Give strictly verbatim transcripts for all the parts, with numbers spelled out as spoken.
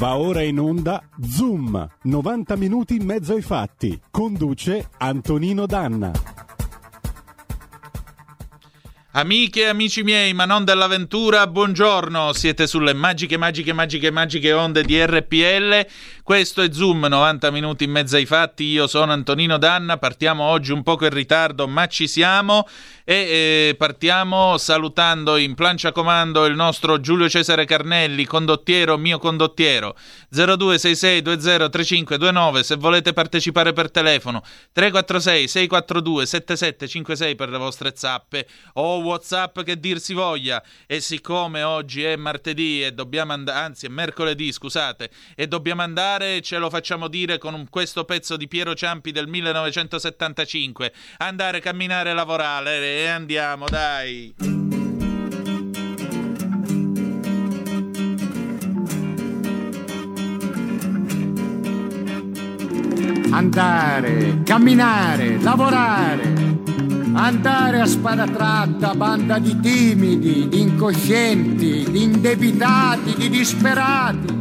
Va ora in onda Zoom, novanta minuti in mezzo ai fatti. Conduce Antonino Danna. Amiche e amici miei, ma non dell'avventura, buongiorno, siete sulle magiche, magiche, magiche, magiche onde di R P L, questo è Zoom, novanta minuti in mezzo ai fatti, io sono Antonino Danna, partiamo oggi un poco in ritardo, ma ci siamo e eh, partiamo salutando in plancia comando il nostro Giulio Cesare Carnelli, condottiero, mio condottiero, zero due sei sei due zero tre cinque due nove, se volete partecipare per telefono, tre quattro sei sei quattro due sette sette cinque sei per le vostre zappe o WhatsApp che dir si voglia. E siccome oggi è martedì e dobbiamo andare, anzi è mercoledì, scusate, e dobbiamo andare, ce lo facciamo dire con un, questo pezzo di Piero Ciampi del millenovecentosettantacinque, andare, camminare, lavorare, e andiamo, dai. Andare, camminare, lavorare. Andare a spada tratta, banda di timidi, di incoscienti, di indebitati, di disperati.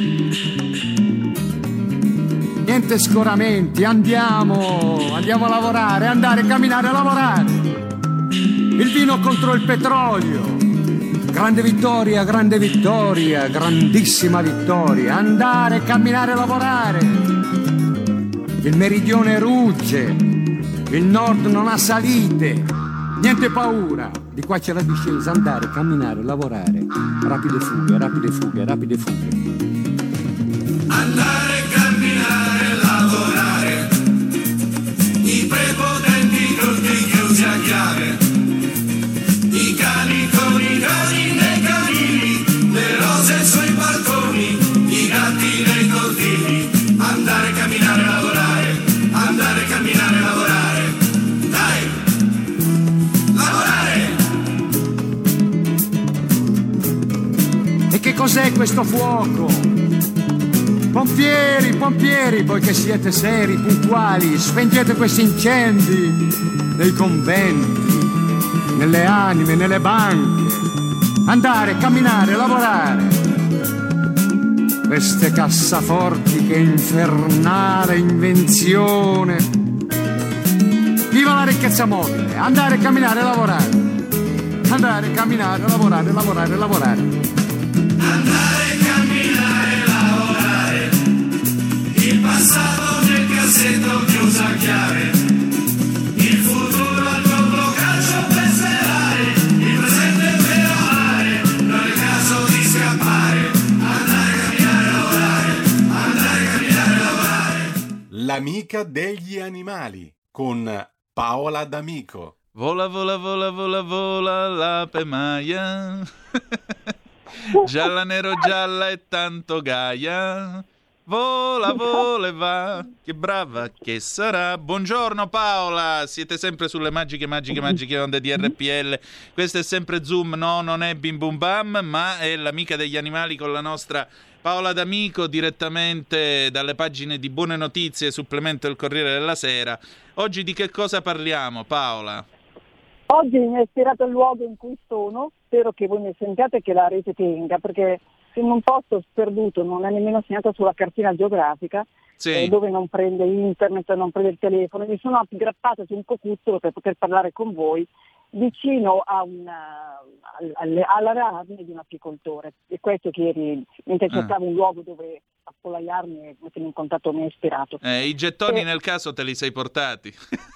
Niente scoramenti, andiamo, andiamo a lavorare, andare, camminare, lavorare. Il vino contro il petrolio. Grande vittoria, grande vittoria, grandissima vittoria. Andare, camminare, lavorare. Il meridione rugge. Il nord non ha salite, niente paura. Di qua c'è la discesa, andare, camminare, lavorare. Rapide fughe, rapide fughe, rapide fughe. Andare, camminare, lavorare. I prepotenti tutti chiusi a chiave. I cani con i cani nei canili, le rose sui balconi, i gatti nei cortili. Andare, camminare, lavorare. Andare, camminare, lavorare. Che cos'è questo fuoco? Pompieri, pompieri, poiché siete seri, puntuali, spengete questi incendi nei conventi, nelle anime, nelle banche. Andare, camminare, lavorare. Queste cassaforti, che infernale invenzione. Viva la ricchezza mobile! Andare, camminare, lavorare. Andare, camminare, lavorare, lavorare, lavorare. Andare, camminare, lavorare. Il passato nel cassetto chiuso a chiave. Il futuro al tuo calcio per sperare. Il presente per amare. Non è caso di scappare. Andare, camminare, lavorare. Andare, camminare, lavorare. L'amica degli animali con Paola D'Amico. Vola, vola, vola, vola, vola, l'ape maia. Gialla, nero, gialla e tanto gaia. Vola, vola e va. Che brava che sarà. Buongiorno Paola. Siete sempre sulle magiche, magiche, magiche onde di R P L. Questo è sempre Zoom. No, non è Bim Bum Bam, ma è l'amica degli animali con la nostra Paola D'Amico, direttamente dalle pagine di Buone Notizie, supplemento del Corriere della Sera. Oggi di che cosa parliamo, Paola? Oggi mi ha ispirato il luogo in cui sono, spero che voi mi sentiate e che la rete tenga, perché in un posto sperduto, non è nemmeno segnata sulla cartina geografica, sì. eh, dove non prende internet, non prende il telefono, mi sono aggrappata su un cocuzzolo per poter parlare con voi, vicino a una, alla, alla rame di un apicoltore. E questo che ieri, mentre cercavo ah. un luogo dove appollaiarmi e mettermi in contatto, mi ha ispirato. Eh, I gettoni e... nel caso te li sei portati.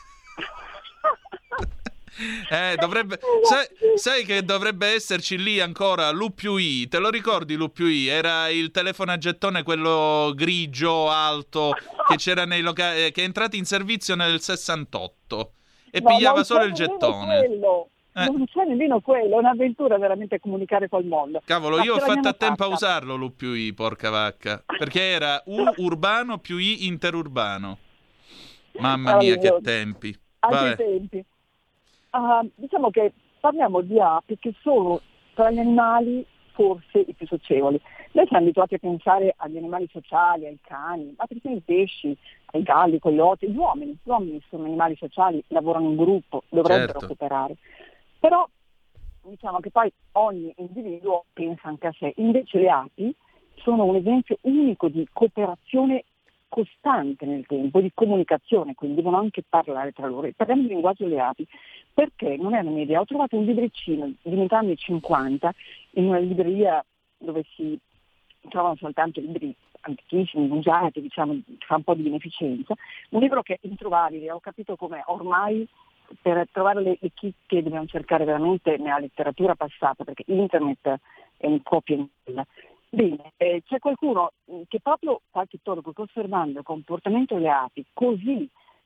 Eh, dovrebbe, sai, sai che dovrebbe esserci lì ancora l'U più I, te lo ricordi l'U più I? Era il telefono a gettone, quello grigio, alto, che c'era nei locali, che è entrato in servizio nel sessantotto e no, pigliava solo il gettone. Eh. Non c'è nemmeno quello, è un'avventura veramente comunicare col mondo. Cavolo, ma io ho fatto a tempo fatta. a usarlo l'U più I, porca vacca, perché era U urbano più I interurbano. Mamma mia, che tempi. Anche tempi. Uh, diciamo che parliamo di api che sono tra gli animali forse i più socievoli. Noi siamo abituati a pensare agli animali sociali, ai cani, ma persino ai pesci, ai galli, ai coyote, gli uomini. Gli uomini sono animali sociali, lavorano in gruppo, dovrebbero certo. cooperare. Però diciamo che poi ogni individuo pensa anche a sé. Invece le api sono un esempio unico di cooperazione costante nel tempo, di comunicazione, quindi devono anche parlare tra loro. Parliamo di linguaggio delle api, perché non è un'idea. Ho trovato un libricino di metà anni cinquanta in una libreria dove si trovano soltanto libri antichissimi, usati, diciamo, fa un po' di beneficenza, un libro che è introvabile. Ho capito come ormai per trovare le, le chicche dobbiamo cercare veramente nella letteratura passata, perché internet è un copia in quella. Bene, eh, c'è qualcuno che proprio, qualche ettologo, che osservando il comportamento delle api così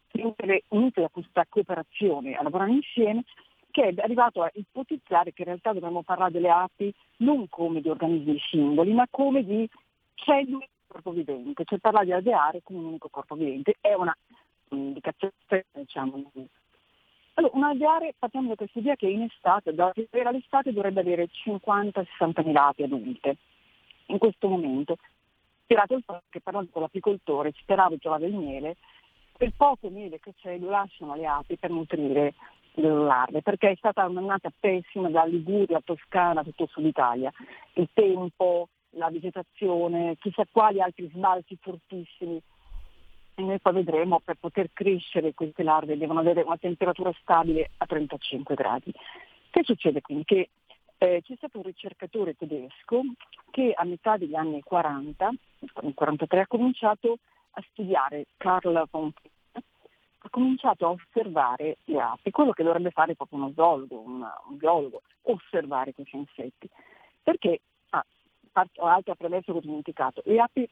unite da questa cooperazione a lavorare insieme, che è arrivato a ipotizzare che in realtà dovremmo parlare delle api non come di organismi singoli, ma come di cellule di corpo vivente, cioè parlare di alveare come un unico corpo vivente. È una indicazione, diciamo. Allora, un alveare, partiamo da questa idea che in estate, da l'estate dovrebbe avere cinquanta sessanta mila api adulte. In questo momento, tirato il fatto che parlando con l'apicoltore speravo di trovare il miele, quel poco miele che c'è lo lasciano alle api per nutrire le loro larve, perché è stata un'annata pessima da Liguria, Toscana, tutto il sud Italia. Il tempo, la vegetazione, chissà quali altri sbalzi fortissimi. E noi poi vedremo, per poter crescere queste larve devono avere una temperatura stabile a trentacinque gradi. Che succede quindi? Che eh, c'è stato un ricercatore tedesco che a metà degli anni quaranta, nel quarantatré, ha cominciato a studiare, Karl von Kling, ha cominciato a osservare le api, quello che dovrebbe fare proprio uno zoologo, un, un biologo, osservare questi insetti. Perché, ah, altra premessa che ho dimenticato, le api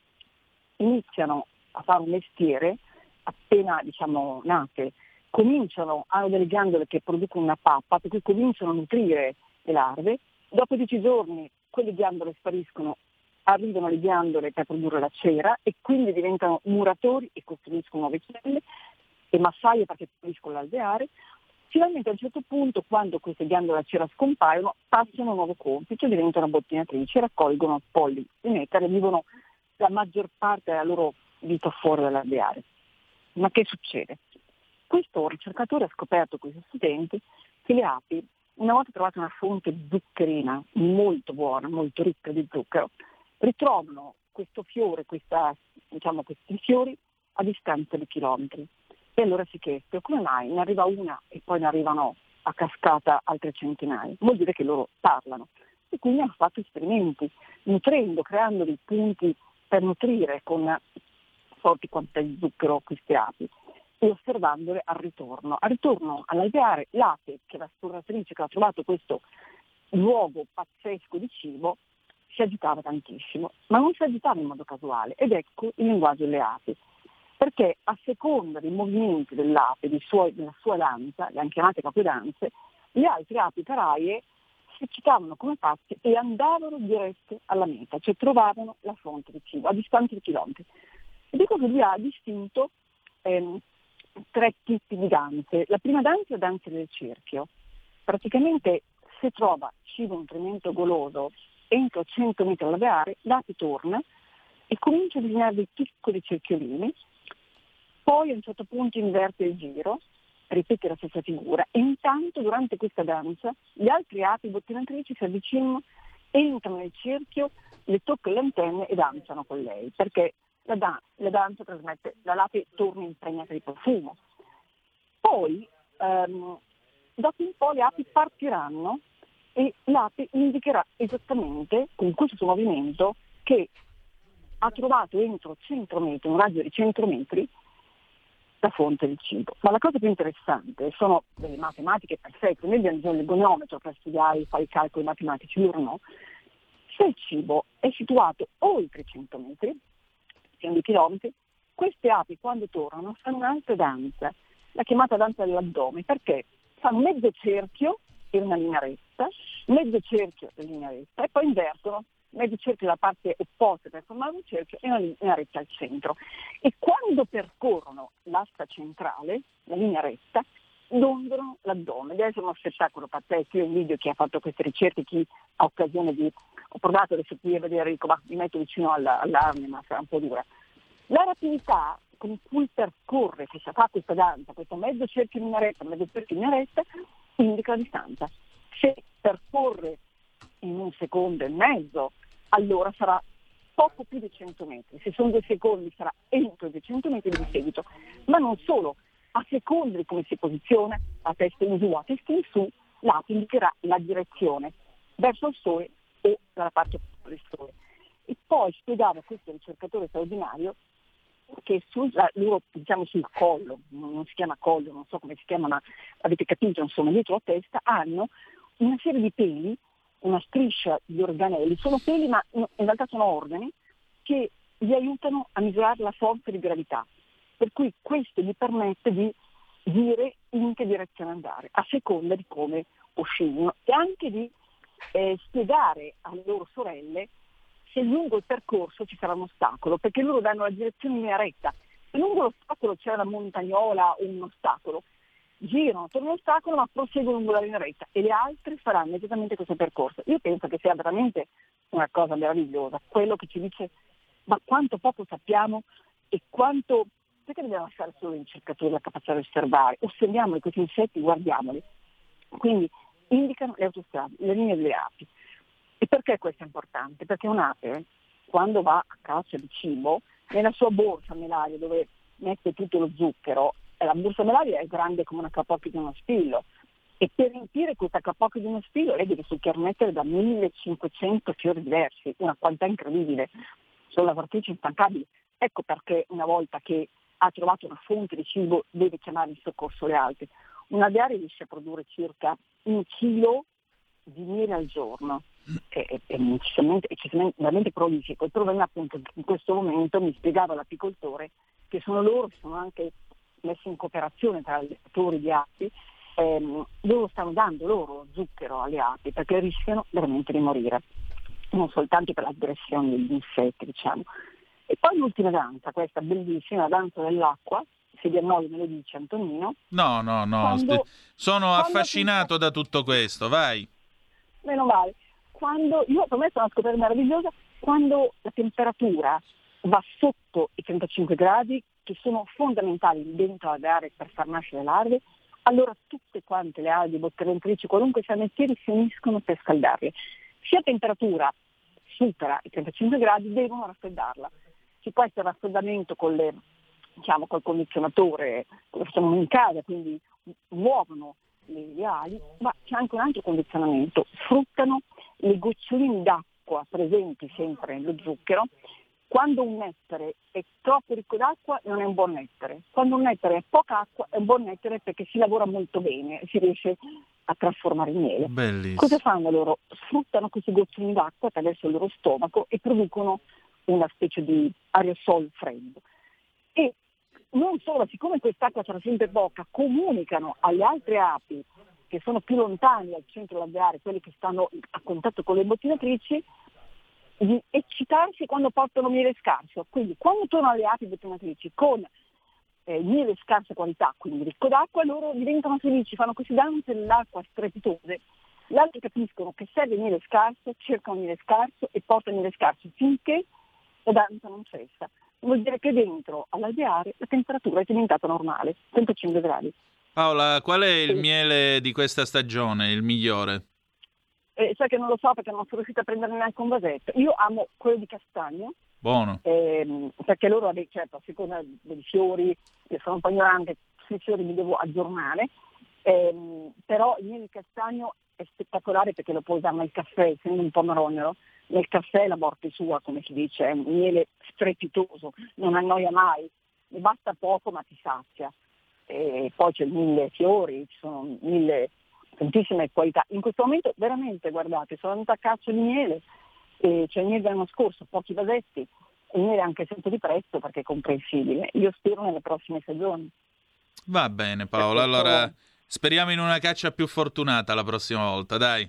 iniziano a fare un mestiere appena, diciamo, nate, cominciano, hanno delle ghiandole che producono una pappa, per cui cominciano a nutrire le larve, dopo dieci giorni quelle ghiandole spariscono, arrivano le ghiandole per produrre la cera e quindi diventano muratori e costruiscono nuove celle e massaie perché costruiscono l'alveare. Finalmente a un certo punto, quando queste ghiandole a cera scompaiono, passano un nuovo compito, diventano bottinatrici, raccolgono polli di nettare e vivono la maggior parte della loro vita fuori dall'alveare. Ma che succede? Questo ricercatore ha scoperto, questi studenti, che le api, una volta trovata una fonte zuccherina molto buona, molto ricca di zucchero, ritrovano questo fiore, questa, diciamo, questi fiori a distanza di chilometri. E allora si chiede come mai ne arriva una e poi ne arrivano a cascata altre centinaia. Vuol dire che loro parlano. E quindi hanno fatto esperimenti, nutrendo, creando dei punti per nutrire con forti quantità di zucchero queste api e osservandole al ritorno. Al ritorno all'alveare, l'ape, che è la esploratrice che ha trovato questo luogo pazzesco di cibo, si agitava tantissimo, ma non si agitava in modo casuale, ed ecco il linguaggio delle api, perché a seconda dei movimenti dell'ape, dei suoi, della sua danza, le hanno chiamate proprio danze, le altre api paraie si eccitavano come pazzi e andavano dirette alla meta, cioè trovavano la fonte di cibo a distanza di chilometri. E dico che lui ha distinto ehm, tre tipi di danze. La prima danza è la danza del cerchio. Praticamente se trova cibo, nutrimento goloso entro cento metri dall'alveare, l'ape torna e comincia a disegnare dei piccoli cerchiolini, poi a un certo punto inverte il giro, ripete la stessa figura e intanto durante questa danza gli altri api bottinatrici si avvicinano, entrano nel cerchio, le toccano le antenne e danzano con lei, perché la, dan- la danza trasmette, la l'ape torna impregnata di profumo. Poi ehm, dopo un po' le api partiranno e l'ape indicherà esattamente con questo suo movimento che ha trovato entro cento metri, un raggio di cento metri, la fonte del cibo. Ma la cosa più interessante sono delle matematiche perfette. Noi abbiamo bisogno del goniometro per studiare, fare i calcoli matematici, loro no. Se il cibo è situato oltre cento metri, cento chilometri, queste api quando tornano fanno un'altra danza, la chiamata danza dell'addome, perché fanno mezzo cerchio in una linea retta, mezzo cerchio in linea retta e poi invertono mezzo cerchio dalla parte opposta per formare un cerchio e una linea retta al centro. E quando percorrono l'asta centrale, la linea retta, dondolano l'addome. Deve essere uno spettacolo pazzesco. Io invidio chi ha fatto queste ricerche, chi ha occasione di... Ho provato adesso qui a vedere, dico, ma mi metto vicino alla, all'arme, ma sarà un po' dura. La rapidità con cui percorre, che fa questa danza, questo mezzo cerchio in linea retta, mezzo cerchio in linea retta, indica la distanza. Se percorre in un secondo e mezzo, allora sarà poco più di cento metri, se sono due secondi sarà entro i duecento metri di seguito, ma non solo, a seconda di come si posiziona, a testa in giù, a testa in su, l'ape indicherà la direzione verso il sole o dalla parte opposta del sole. E poi spiegava a questo ricercatore straordinario che sul, loro, diciamo, sul collo, non si chiama collo, non so come si chiama, ma avete capito, insomma, dietro la testa hanno una serie di peli, una striscia di organelli, sono peli ma in realtà sono organi che gli aiutano a misurare la forza di gravità, per cui questo gli permette di dire in che direzione andare, a seconda di come oscillino, e anche di eh, spiegare alle loro sorelle se lungo il percorso ci sarà un ostacolo, perché loro danno la direzione in linea retta. Se lungo l'ostacolo c'è una montagnola o un ostacolo, girano attorno all'ostacolo ma proseguono lungo la linea retta, e le altre faranno esattamente questo percorso. Io penso che sia veramente una cosa meravigliosa, quello che ci dice ma quanto poco sappiamo e quanto, perché dobbiamo lasciare solo i ricercatori la capacità di osservare, osserviamoli questi insetti, guardiamoli. Quindi indicano le autostrade, le linee delle api. E perché questo è importante? Perché un'ape, quando va a caccia di cibo, nella sua borsa melaria dove mette tutto lo zucchero, e la borsa melaria è grande come una capocchia di uno spillo, e per riempire questa capocchia di uno spillo lei deve succhiarmettere da millecinquecento fiori diversi, una quantità incredibile, sono lavoratrici instancabili. Ecco perché una volta che ha trovato una fonte di cibo deve chiamare in soccorso le altre. Un aviario riesce a produrre circa un chilo di miele al giorno, è, è, è eccessivamente, eccessivamente veramente prolifico. Il problema è appunto che in questo momento, mi spiegava l'apicoltore, che sono loro che sono anche messi in cooperazione tra gli allevatori di api, ehm, loro stanno dando loro zucchero alle api perché rischiano veramente di morire, non soltanto per l'aggressione degli insetti, diciamo. E poi l'ultima danza, questa bellissima, la danza dell'acqua, se vi annoio me lo dice Antonino. No, no, no, quando, sono quando affascinato si... da tutto questo, vai. Meno male. Quando, io per me sono una scoperta meravigliosa, quando la temperatura va sotto i trentacinque gradi, che sono fondamentali dentro le aree per far nascere le larve, allora tutte quante le alghe botterentrici, qualunque siano i mestieri, si uniscono per scaldarle. Se la temperatura supera i trentacinque gradi, devono raffreddarla. Ci può essere raffreddamento con le, diciamo, col condizionatore, lo facciamo in casa, quindi muovono le, le ali, ma c'è anche un altro condizionamento, sfruttano le goccioline d'acqua presenti sempre nello zucchero. Quando un nettare è troppo ricco d'acqua non è un buon nettare, quando un nettare è poca acqua è un buon nettare perché si lavora molto bene, si riesce a trasformare in miele. Bellissimo. Cosa fanno loro? Sfruttano questi gocciolini d'acqua attraverso il loro stomaco e producono una specie di aerosol freddo. E non solo, siccome quest'acqua sarà sempre poca, comunicano alle altre api che sono più lontane dal centro labiale, quelle che stanno a contatto con le bottinatrici, di eccitarsi quando portano miele scarso. Quindi quando tornano alle api bottinatrici con eh, miele scarsa qualità, quindi ricco d'acqua, loro diventano felici, fanno queste danze nell'acqua strepitose. Gli altri capiscono che serve miele scarso, cercano miele scarso e portano miele scarso finché la danza non cessa. Vuol dire che dentro all'alveare la temperatura è diventata normale, trentacinque gradi. Paola, qual è il Sì. miele di questa stagione, il migliore? Eh, sai che non lo so perché non sono riuscita a prendere neanche un vasetto. Io amo quello di castagno, Buono. ehm, perché loro, vabbè, certo, a seconda dei fiori, io sono un po' ignorante, sui fiori mi devo aggiornare, ehm, però il miele di castagno è spettacolare perché lo puoi usare nel caffè, essendo un po' marognolo. Nel caffè la morte sua, come si dice, è un miele strepitoso, non annoia mai, ne basta poco ma ti sazia. E poi c'è mille fiori, ci sono mille, tantissime qualità. In questo momento veramente, guardate, sono venuta a caccia di miele, e c'è il miele dell'anno scorso, pochi vasetti, e il miele anche sempre di prezzo perché è comprensibile. Io spero nelle prossime stagioni. Va bene Paola, Perché allora sono- speriamo in una caccia più fortunata la prossima volta, dai.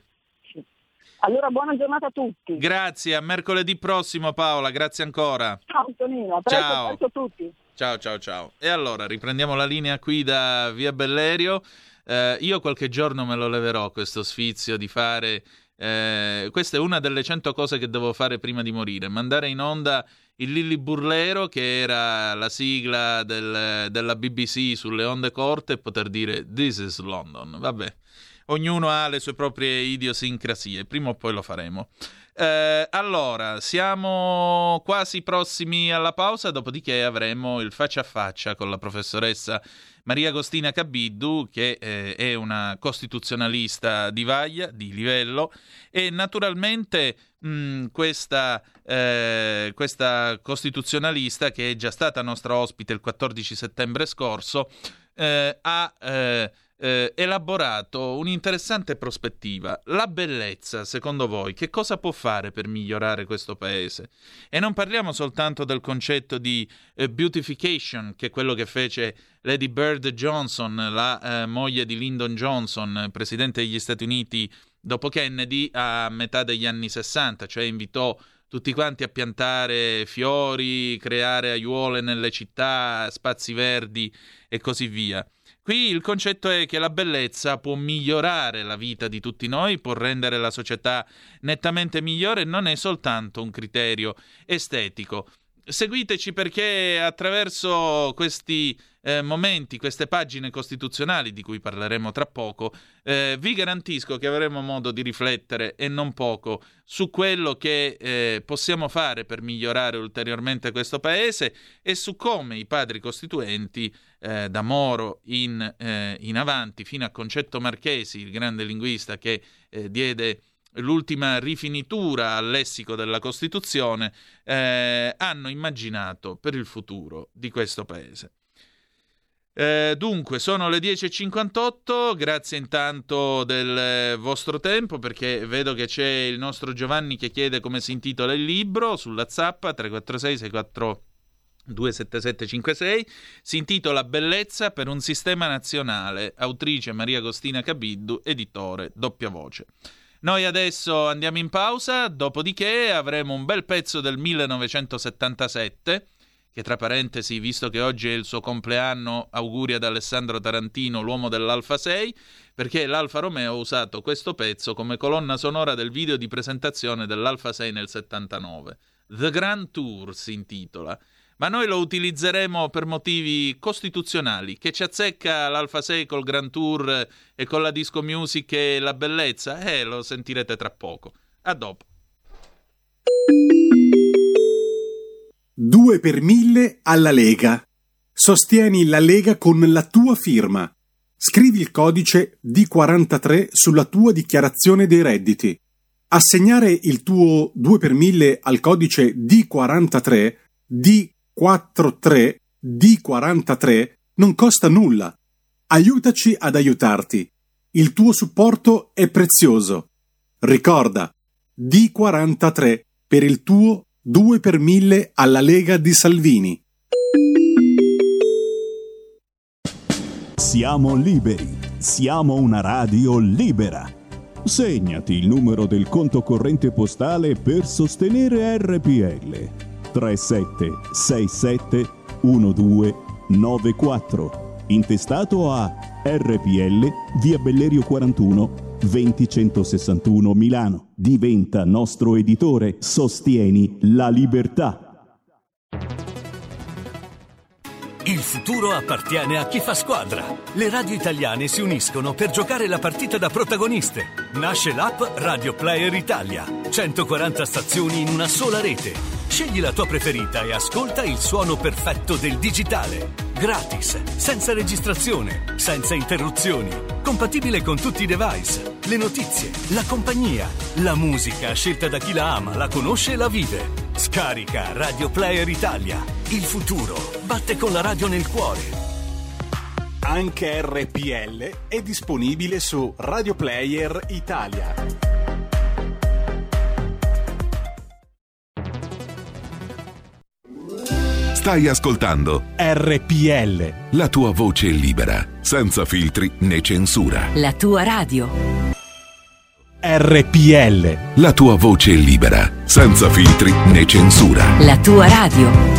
Allora buona giornata a tutti. Grazie, a mercoledì prossimo Paola, grazie ancora. Ciao Antonino, a presto, Ciao. a presto a tutti. Ciao ciao ciao. E allora riprendiamo la linea qui da Via Bellerio. Eh, io qualche giorno me lo leverò questo sfizio di fare... Eh, questa è una delle cento cose che devo fare prima di morire, mandare in onda il Lilliburlero, che era la sigla del, della B B C sulle onde corte, e poter dire This is London. Vabbè, ognuno ha le sue proprie idiosincrasie, prima o poi lo faremo. Eh, allora, siamo quasi prossimi alla pausa, dopodiché avremo il faccia a faccia con la professoressa Maria Agostina Cabiddu, che eh, è una costituzionalista di vaglia, di livello, e naturalmente mh, questa, eh, questa costituzionalista, che è già stata nostra ospite il quattordici settembre scorso, eh, ha eh, eh, elaborato un'interessante prospettiva. La bellezza, secondo voi, che cosa può fare per migliorare questo paese? E non parliamo soltanto del concetto di eh, beautification, che è quello che fece Lady Bird Johnson, la eh, moglie di Lyndon Johnson, presidente degli Stati Uniti dopo Kennedy, a metà degli anni sessanta, cioè invitò tutti quanti a piantare fiori, creare aiuole nelle città, spazi verdi e così via. Qui il concetto è che la bellezza può migliorare la vita di tutti noi, può rendere la società nettamente migliore, non è soltanto un criterio estetico. Seguiteci, perché attraverso questi eh, momenti, queste pagine costituzionali di cui parleremo tra poco, eh, vi garantisco che avremo modo di riflettere, e non poco, su quello che eh, possiamo fare per migliorare ulteriormente questo paese e su come i padri costituenti, eh, da Moro in, eh, in avanti, fino a Concetto Marchesi, il grande linguista che eh, diede l'ultima rifinitura al lessico della Costituzione, eh, hanno immaginato per il futuro di questo paese. Eh, dunque, sono le dieci e cinquantotto, grazie intanto del vostro tempo, perché vedo che c'è il nostro Giovanni che chiede come si intitola il libro sulla zappa. Tre quattro sei sei quattro due sette sette cinque sei. Si intitola Bellezza per un sistema nazionale, autrice Maria Agostina Cabiddu, editore Doppia Voce. Noi adesso andiamo in pausa, dopodiché avremo un bel pezzo del millenovecentosettantasette, che tra parentesi, visto che oggi è il suo compleanno, auguri ad Alessandro Tarantino, l'uomo dell'Alfa sei, perché l'Alfa Romeo ha usato questo pezzo come colonna sonora del video di presentazione dell'Alfa sei nel settantanove. The Grand Tour si intitola. Ma noi lo utilizzeremo per motivi costituzionali. Che ci azzecca l'Alfa sei col Grand Tour e con la disco music e la bellezza? Eh, lo sentirete tra poco. A dopo. due per mille alla Lega. Sostieni la Lega con la tua firma. Scrivi il codice D quarantatré sulla tua dichiarazione dei redditi. Assegnare il tuo due per mille al codice D quarantatré, D quarantatré, D quarantatré non costa nulla. Aiutaci ad aiutarti. Il tuo supporto è prezioso. Ricorda, D quarantatré per il tuo due per mille alla Lega di Salvini. Siamo liberi. Siamo una radio libera. Segnati il numero del conto corrente postale per sostenere R P L. tre sette sei sette uno due nove quattro, intestato a R P L, via Bellerio quarantuno, venti centosessantuno Milano. Diventa nostro editore, sostieni la libertà. Il futuro appartiene a chi fa squadra. Le radio italiane si uniscono per giocare la partita da protagoniste. Nasce l'app Radio Player Italia. centoquaranta stazioni in una sola rete. Scegli la tua preferita e ascolta il suono perfetto del digitale. Gratis, senza registrazione, senza interruzioni. Compatibile con tutti i device. Le notizie, la compagnia, la musica scelta da chi la ama, la conosce e la vive. Scarica Radio Player Italia. Il futuro batte con la radio nel cuore. Anche R P L è disponibile su Radio Player Italia. Stai ascoltando R P L, la tua voce libera, senza filtri né censura. La tua radio. R P L, la tua voce libera, senza filtri né censura. La tua radio.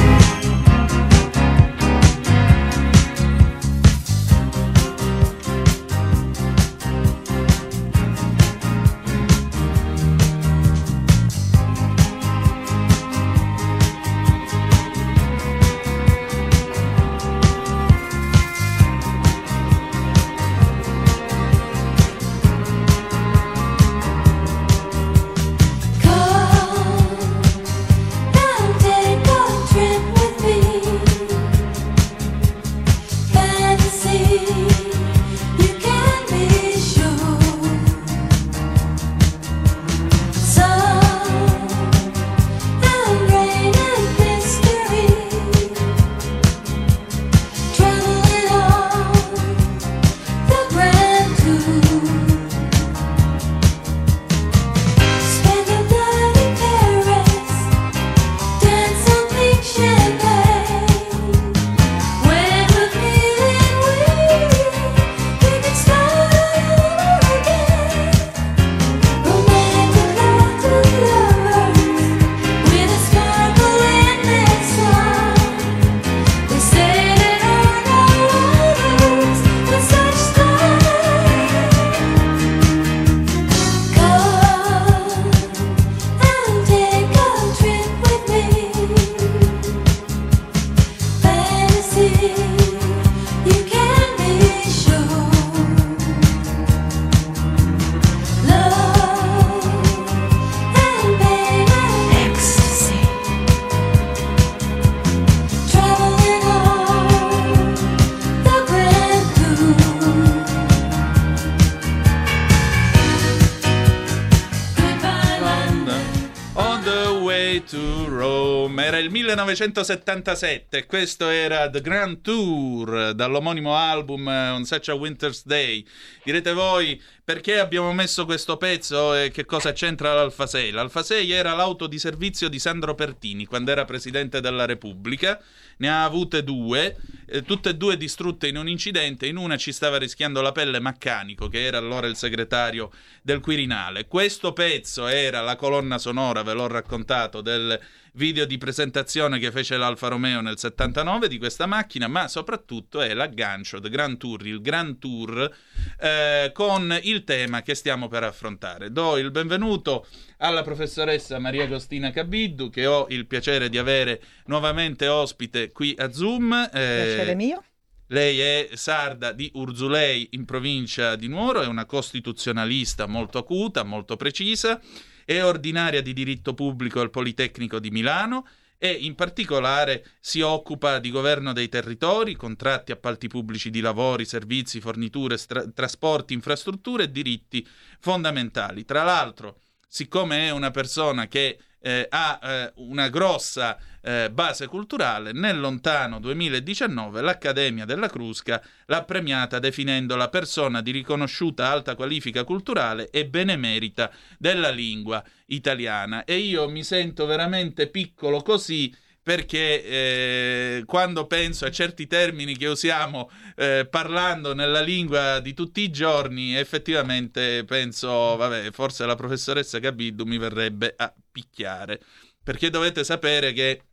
to Rome. Era il millenovecentosettantasette, questo era The Grand Tour dall'omonimo album On Such a Winter's Day. Direte voi perché abbiamo messo questo pezzo e che cosa c'entra l'Alfa sei? L'Alfa sei era l'auto di servizio di Sandro Pertini quando era Presidente della Repubblica. Ne ha avute due, eh, tutte e due distrutte in un incidente. In una ci stava rischiando la pelle Maccanico, che era allora il segretario del Quirinale. Questo pezzo era la colonna sonora, ve l'ho raccontato, del video di presentazione che fece l'Alfa Romeo nel settantanove di questa macchina, ma soprattutto è l'aggancio The Grand Tour, il Grand Tour, eh, con il tema che stiamo per affrontare. Do il benvenuto alla professoressa Maria Agostina Cabiddu, che ho il piacere di avere nuovamente ospite qui a Zoom. Eh, piacere mio. Lei è sarda di Urzulei in provincia di Nuoro, è una costituzionalista molto acuta, molto precisa, è ordinaria di diritto pubblico al Politecnico di Milano e in particolare si occupa di governo dei territori, contratti, appalti pubblici di lavori, servizi, forniture, stra- trasporti, infrastrutture e diritti fondamentali. Tra l'altro, siccome è una persona che eh, ha eh, una grossa eh, base culturale, nel lontano duemiladiciannove l'Accademia della Crusca l'ha premiata definendola persona di riconosciuta alta qualifica culturale e benemerita della lingua italiana. E io mi sento veramente piccolo così, perché eh, quando penso a certi termini che usiamo eh, parlando nella lingua di tutti i giorni, effettivamente penso, vabbè, forse la professoressa Cabiddu mi verrebbe a picchiare, perché dovete sapere che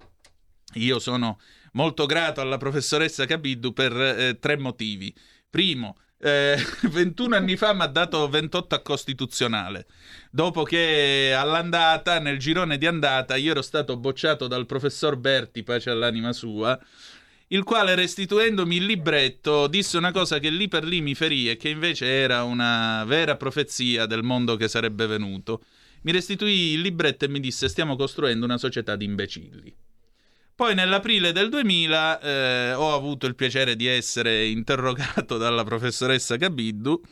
io sono molto grato alla professoressa Cabiddu per eh, tre motivi. Primo, Eh, ventuno anni fa mi ha dato ventotto a costituzionale, dopo che all'andata, nel girone di andata, io ero stato bocciato dal professor Berti, pace all'anima sua, il quale, restituendomi il libretto, disse una cosa che lì per lì mi ferì e che invece era una vera profezia del mondo che sarebbe venuto. Mi restituì il libretto e mi disse: stiamo costruendo una società di imbecilli. Poi nell'aprile del duemila eh, ho avuto il piacere di essere interrogato dalla professoressa Cabiddu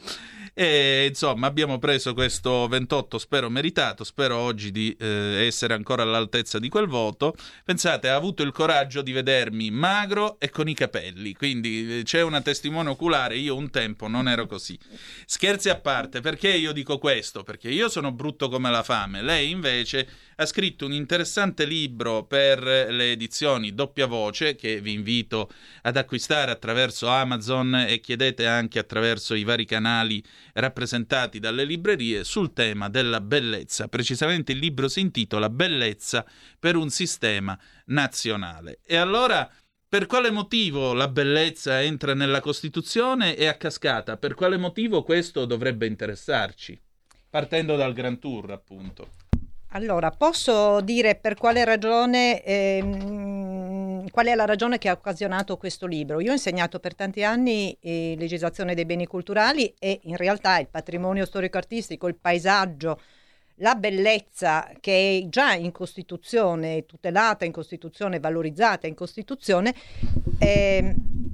e insomma abbiamo preso questo ventotto, spero meritato, spero oggi di eh, essere ancora all'altezza di quel voto. Pensate, ha avuto il coraggio di vedermi magro e con i capelli, quindi c'è una testimone oculare, io un tempo non ero così. Scherzi a parte, perché io dico questo? Perché io sono brutto come la fame, lei invece ha scritto un interessante libro per le edizioni Doppia Voce, che vi invito ad acquistare attraverso Amazon e chiedete anche attraverso i vari canali rappresentati dalle librerie, sul tema della bellezza. Precisamente il libro si intitola Bellezza per un sistema nazionale. E allora, per quale motivo la bellezza entra nella Costituzione e a cascata? Per quale motivo questo dovrebbe interessarci? Partendo dal Grand Tour, appunto. Allora, posso dire per quale ragione, ehm, qual è la ragione che ha occasionato questo libro? Io ho insegnato per tanti anni eh, legislazione dei beni culturali e in realtà il patrimonio storico-artistico, il paesaggio, la bellezza che è già in Costituzione, tutelata in Costituzione, valorizzata in Costituzione, eh,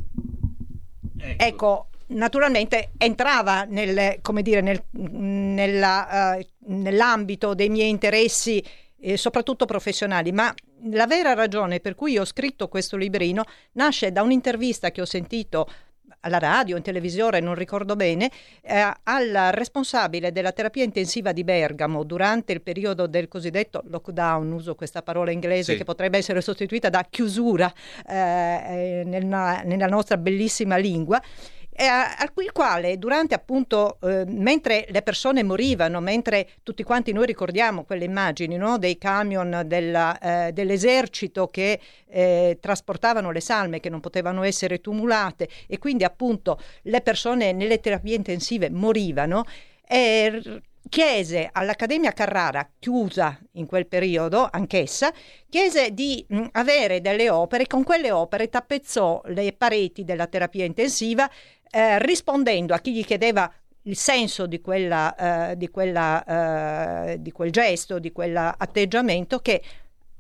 ecco. ecco naturalmente entrava nel, come dire, nel, nella, uh, nell'ambito dei miei interessi eh, soprattutto professionali, ma la vera ragione per cui ho scritto questo librino nasce da un'intervista che ho sentito alla radio, in televisione, non ricordo bene, eh, al responsabile della terapia intensiva di Bergamo durante il periodo del cosiddetto lockdown, uso questa parola inglese sì. che potrebbe essere sostituita da chiusura eh, nella, nella nostra bellissima lingua, Eh, al quale durante appunto eh, mentre le persone morivano, mentre tutti quanti noi ricordiamo quelle immagini, no? dei camion della, eh, dell'esercito che eh, trasportavano le salme che non potevano essere tumulate e quindi appunto le persone nelle terapie intensive morivano, e chiese all'Accademia Carrara, chiusa in quel periodo anch'essa, chiese di mh, avere delle opere, con quelle opere tappezzò le pareti della terapia intensiva, eh, rispondendo a chi gli chiedeva il senso di quella, eh, di quella, eh, di quel gesto, di quell'atteggiamento, che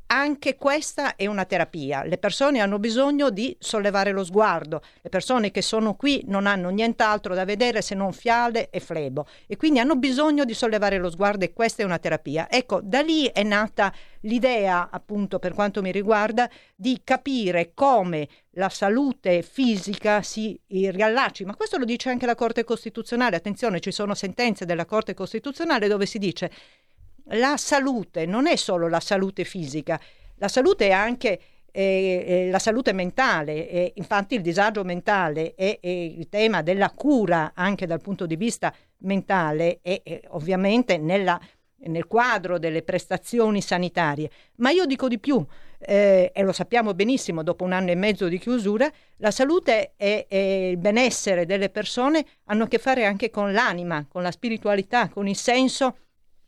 anche questa è una terapia. Le persone hanno bisogno di sollevare lo sguardo. Le persone che sono qui non hanno nient'altro da vedere se non fiale e flebo, e quindi hanno bisogno di sollevare lo sguardo, e questa è una terapia. Ecco, da lì è nata l'idea, appunto, per quanto mi riguarda, di capire come la salute fisica si riallacci. Ma questo lo dice anche la Corte Costituzionale. Attenzione, ci sono sentenze della Corte Costituzionale dove si dice: la salute non è solo la salute fisica, la salute è anche eh, eh, la salute mentale, e infatti il disagio mentale e, e il tema della cura anche dal punto di vista mentale è, è ovviamente nella, nel quadro delle prestazioni sanitarie. Ma io dico di più, eh, e lo sappiamo benissimo dopo un anno e mezzo di chiusura, la salute e, e il benessere delle persone hanno a che fare anche con l'anima, con la spiritualità, con il senso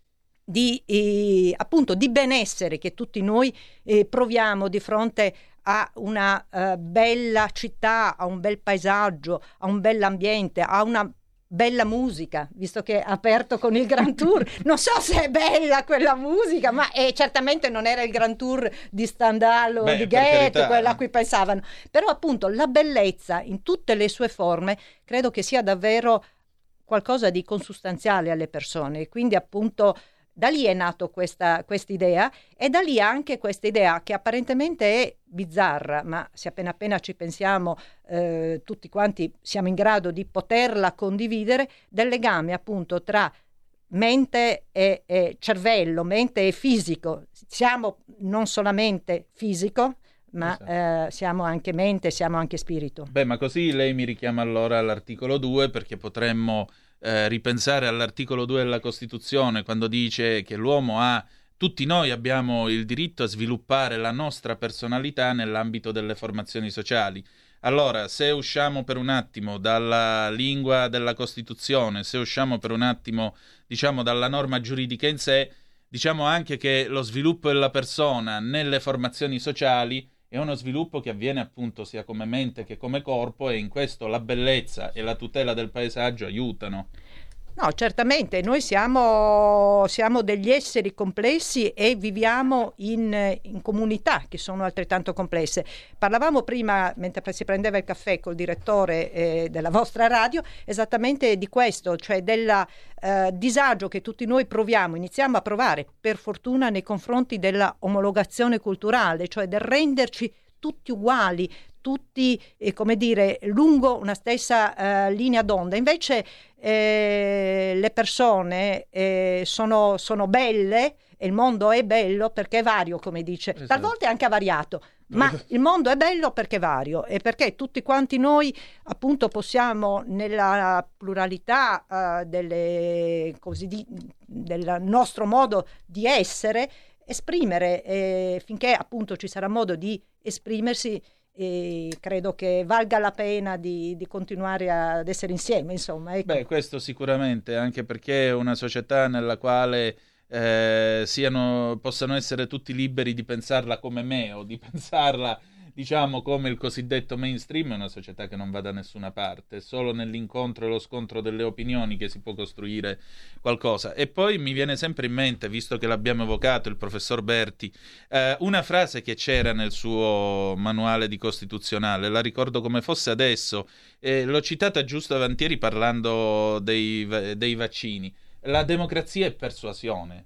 di eh, appunto di benessere che tutti noi eh, proviamo di fronte a una uh, bella città, a un bel paesaggio, a un bell'ambiente, a una bella musica, visto che ha aperto con il Grand Tour. Non so se è bella quella musica, ma eh, certamente non era il Grand Tour di Stendhal o Beh, di Goethe, carità, quella a cui pensavano. Però appunto la bellezza in tutte le sue forme credo che sia davvero qualcosa di consustanziale alle persone, quindi appunto da lì è nato questa idea, e da lì anche questa idea che apparentemente è bizzarra, ma se appena appena ci pensiamo eh, tutti quanti siamo in grado di poterla condividere, del legame appunto tra mente e, e cervello, mente e fisico. Siamo non solamente fisico, ma esatto. eh, siamo anche mente, siamo anche spirito. Beh, ma così lei mi richiama allora all'articolo due, perché potremmo Eh, ripensare all'articolo due della Costituzione, quando dice che l'uomo ha, tutti noi abbiamo il diritto a sviluppare la nostra personalità nell'ambito delle formazioni sociali. Allora, se usciamo per un attimo dalla lingua della Costituzione, se usciamo per un attimo, diciamo, dalla norma giuridica in sé, diciamo anche che lo sviluppo della persona nelle formazioni sociali è uno sviluppo che avviene appunto sia come mente che come corpo, e in questo la bellezza e la tutela del paesaggio aiutano. No, certamente, noi siamo, siamo degli esseri complessi e viviamo in, in comunità che sono altrettanto complesse. Parlavamo prima, mentre si prendeva il caffè col direttore eh, della vostra radio, esattamente di questo, cioè del eh, disagio che tutti noi proviamo, iniziamo a provare, per fortuna, nei confronti della omologazione culturale, cioè del renderci tutti uguali, tutti, eh, come dire, lungo una stessa eh, linea d'onda. Invece eh, le persone eh, sono, sono belle, e il mondo è bello perché è vario, come dice. Esatto. Talvolta è anche avariato, ma il mondo è bello perché è vario, e perché tutti quanti noi appunto possiamo, nella pluralità uh, delle, così di, del nostro modo di essere, esprimere, eh, finché appunto ci sarà modo di esprimersi, e credo che valga la pena di, di continuare ad essere insieme, insomma. Ecco. Beh, questo sicuramente, anche perché è una società nella quale eh, siano, possano essere tutti liberi di pensarla come me, o di pensarla, diciamo, come il cosiddetto mainstream, è una società che non va da nessuna parte. È solo nell'incontro e lo scontro delle opinioni che si può costruire qualcosa. E poi mi viene sempre in mente, visto che l'abbiamo evocato, il professor Berti, eh, una frase che c'era nel suo manuale di costituzionale, la ricordo come fosse adesso, eh, l'ho citata giusto avantieri parlando dei, dei vaccini: la democrazia è persuasione.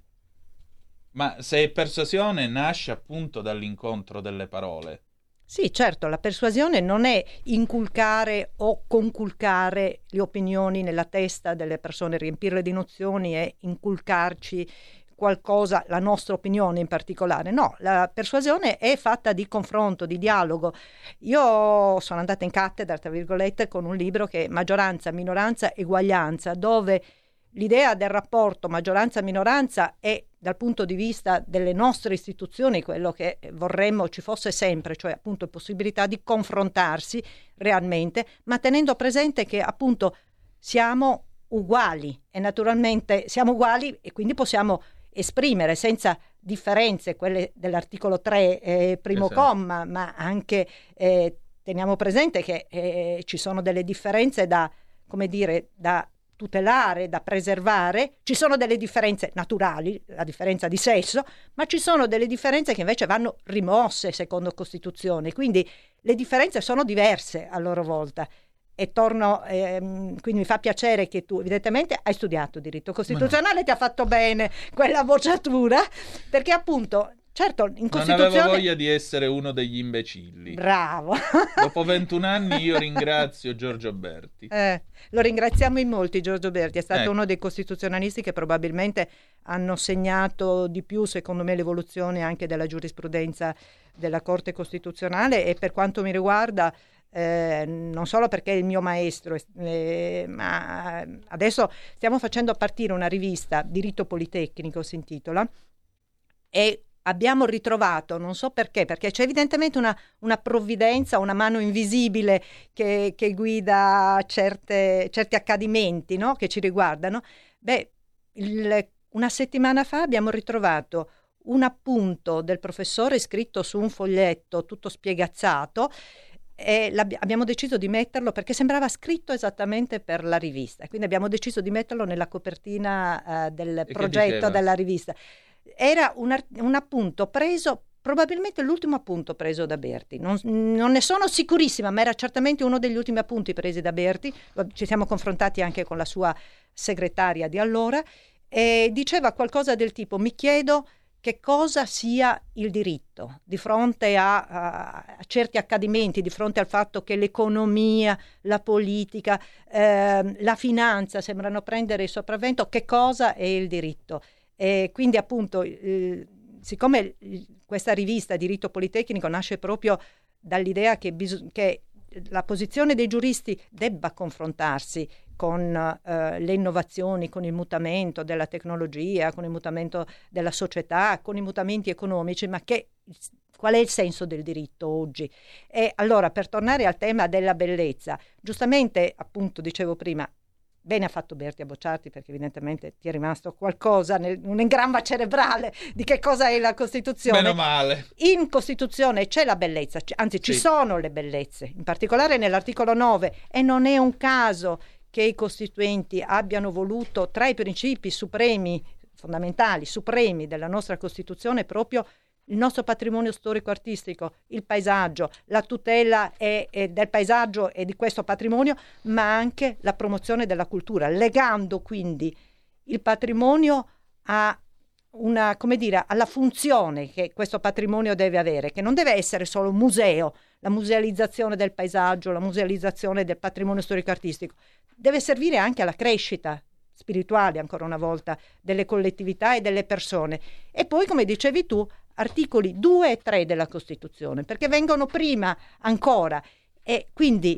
Ma se è persuasione, nasce appunto dall'incontro delle parole. Sì, certo, la persuasione non è inculcare o conculcare le opinioni nella testa delle persone, riempirle di nozioni e inculcarci qualcosa, la nostra opinione in particolare. No, la persuasione è fatta di confronto, di dialogo. Io sono andata in cattedra, tra virgolette, con un libro che è Maggioranza, Minoranza, Eguaglianza, dove l'idea del rapporto maggioranza-minoranza è, dal punto di vista delle nostre istituzioni, quello che vorremmo ci fosse sempre, cioè appunto possibilità di confrontarsi realmente, ma tenendo presente che appunto siamo uguali, e naturalmente siamo uguali e quindi possiamo esprimere senza differenze quelle dell'articolo tre, eh, primo esatto. comma, ma anche eh, teniamo presente che eh, ci sono delle differenze da, come dire, da tutelare, da preservare. Ci sono delle differenze naturali, la differenza di sesso, ma ci sono delle differenze che invece vanno rimosse secondo Costituzione, quindi le differenze sono diverse a loro volta. E torno, ehm, quindi mi fa piacere che tu evidentemente hai studiato diritto costituzionale, no. Ti ha fatto bene quella bocciatura, perché appunto certo in Costituzione non avevo voglia di essere uno degli imbecilli. Bravo. Dopo ventuno anni io ringrazio Giorgio Berti. Eh, lo ringraziamo in molti. Giorgio Berti è stato ecco. uno dei costituzionalisti che probabilmente hanno segnato di più, secondo me, l'evoluzione anche della giurisprudenza della Corte Costituzionale, e per quanto mi riguarda eh, non solo perché è il mio maestro, eh, ma adesso stiamo facendo partire una rivista, Diritto Politecnico si intitola, e abbiamo ritrovato, non so perché, perché c'è evidentemente una, una provvidenza, una mano invisibile che, che guida certe, certi accadimenti, no? Che ci riguardano. Beh, il, una settimana fa abbiamo ritrovato un appunto del professore scritto su un foglietto tutto spiegazzato, e abbiamo deciso di metterlo perché sembrava scritto esattamente per la rivista, quindi abbiamo deciso di metterlo nella copertina uh, del e progetto della rivista. Era un, un appunto preso, probabilmente l'ultimo appunto preso da Berti, non, non ne sono sicurissima, ma era certamente uno degli ultimi appunti presi da Berti. Ci siamo confrontati anche con la sua segretaria di allora, e diceva qualcosa del tipo: mi chiedo che cosa sia il diritto di fronte a, a, a certi accadimenti, di fronte al fatto che l'economia, la politica, eh, la finanza sembrano prendere il sopravvento. Che cosa è il diritto? E quindi appunto eh, siccome questa rivista Diritto Politecnico nasce proprio dall'idea che, bis- che la posizione dei giuristi debba confrontarsi con eh, le innovazioni, con il mutamento della tecnologia, con il mutamento della società, con i mutamenti economici, ma che qual è il senso del diritto oggi? E allora, per tornare al tema della bellezza, giustamente appunto dicevo prima, bene ha fatto Berti a bocciarti, perché evidentemente ti è rimasto qualcosa, nel, un engramma cerebrale di che cosa è la Costituzione. Meno male. In Costituzione c'è la bellezza, anzi ci sì. sono le bellezze, in particolare nell'articolo nove, e non è un caso che i costituenti abbiano voluto tra i principi supremi, fondamentali, supremi della nostra Costituzione proprio il nostro patrimonio storico-artistico, il paesaggio, la tutela è, è del paesaggio e di questo patrimonio, ma anche la promozione della cultura, legando quindi il patrimonio a una, come dire, alla funzione che questo patrimonio deve avere, che non deve essere solo un museo, la musealizzazione del paesaggio, la musealizzazione del patrimonio storico-artistico, deve servire anche alla crescita spirituale, ancora una volta, delle collettività e delle persone. E poi, come dicevi tu, articoli due e tre della Costituzione, perché vengono prima ancora, e quindi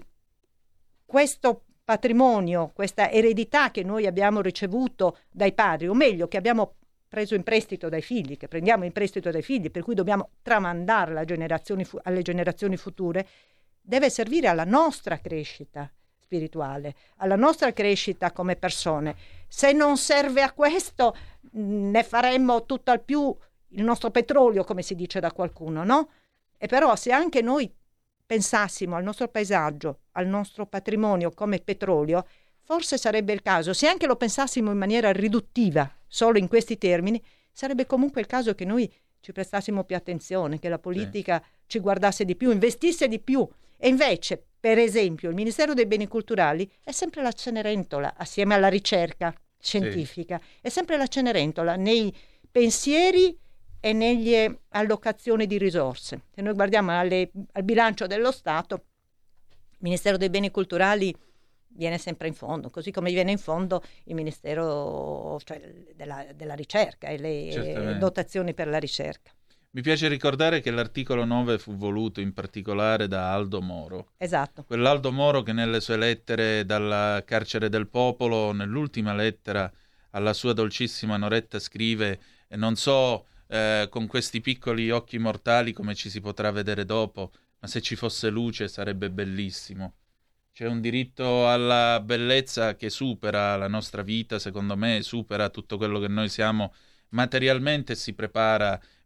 questo patrimonio, questa eredità che noi abbiamo ricevuto dai padri, o meglio che abbiamo preso in prestito dai figli, che prendiamo in prestito dai figli, per cui dobbiamo tramandarla alle generazioni, fu- alle generazioni future, deve servire alla nostra crescita spirituale, alla nostra crescita come persone. Se non serve a questo, ne faremmo tutt'al più il nostro petrolio, come si dice da qualcuno, no? E però se anche noi pensassimo al nostro paesaggio, al nostro patrimonio come petrolio, forse sarebbe il caso, se anche lo pensassimo in maniera riduttiva, solo in questi termini, sarebbe comunque il caso che noi ci prestassimo più attenzione, che la politica sì. ci guardasse di più, investisse di più. E invece, per esempio, il Ministero dei Beni Culturali è sempre la Cenerentola, assieme alla ricerca scientifica, sì. è sempre la Cenerentola nei pensieri e nelle allocazioni di risorse. Se noi guardiamo alle, al bilancio dello Stato, il Ministero dei Beni Culturali viene sempre in fondo, così come viene in fondo il Ministero, cioè, della, della ricerca e le dotazioni per la ricerca. Mi piace ricordare che l'articolo nove fu voluto in particolare da Aldo Moro. Esatto. Quell'Aldo Moro che nelle sue lettere dal carcere del popolo, nell'ultima lettera alla sua dolcissima Noretta, scrive: non so eh, con questi piccoli occhi mortali come ci si potrà vedere dopo, ma se ci fosse luce sarebbe bellissimo. C'è un diritto alla bellezza che supera la nostra vita, secondo me, supera tutto quello che noi siamo materialmente e si prepara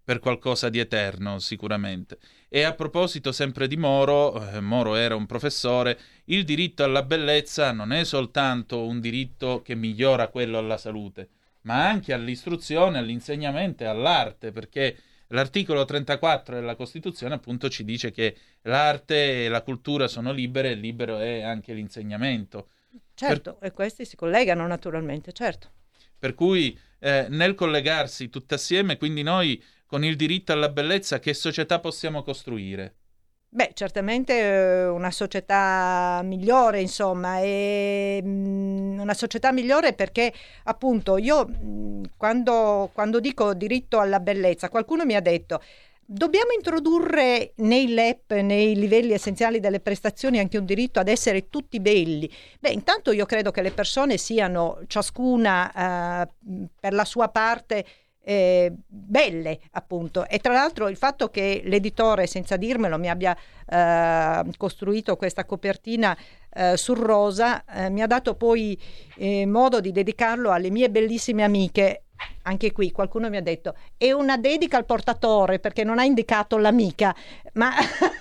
per qualcosa di eterno, sicuramente. E a proposito sempre di Moro, eh, Moro era un professore, il diritto alla bellezza non è soltanto un diritto che migliora quello alla salute, ma anche all'istruzione, all'insegnamento e all'arte, perché l'articolo trentaquattro della Costituzione appunto ci dice che l'arte e la cultura sono libere e libero è anche l'insegnamento. Certo, per... e questi si collegano naturalmente, certo. Per cui eh, nel collegarsi tutti assieme, quindi noi con il diritto alla bellezza che società possiamo costruire? Beh, certamente una società migliore, insomma, e una società migliore perché appunto io quando, quando dico diritto alla bellezza, qualcuno mi ha detto dobbiamo introdurre nei L E P, nei livelli essenziali delle prestazioni, anche un diritto ad essere tutti belli. Beh, intanto io credo che le persone siano ciascuna eh, per la sua parte Eh, belle, appunto, e tra l'altro il fatto che l'editore, senza dirmelo, mi abbia eh, costruito questa copertina eh, sul rosa eh, mi ha dato poi eh, modo di dedicarlo alle mie bellissime amiche. Anche qui qualcuno mi ha detto è una dedica al portatore perché non ha indicato l'amica, ma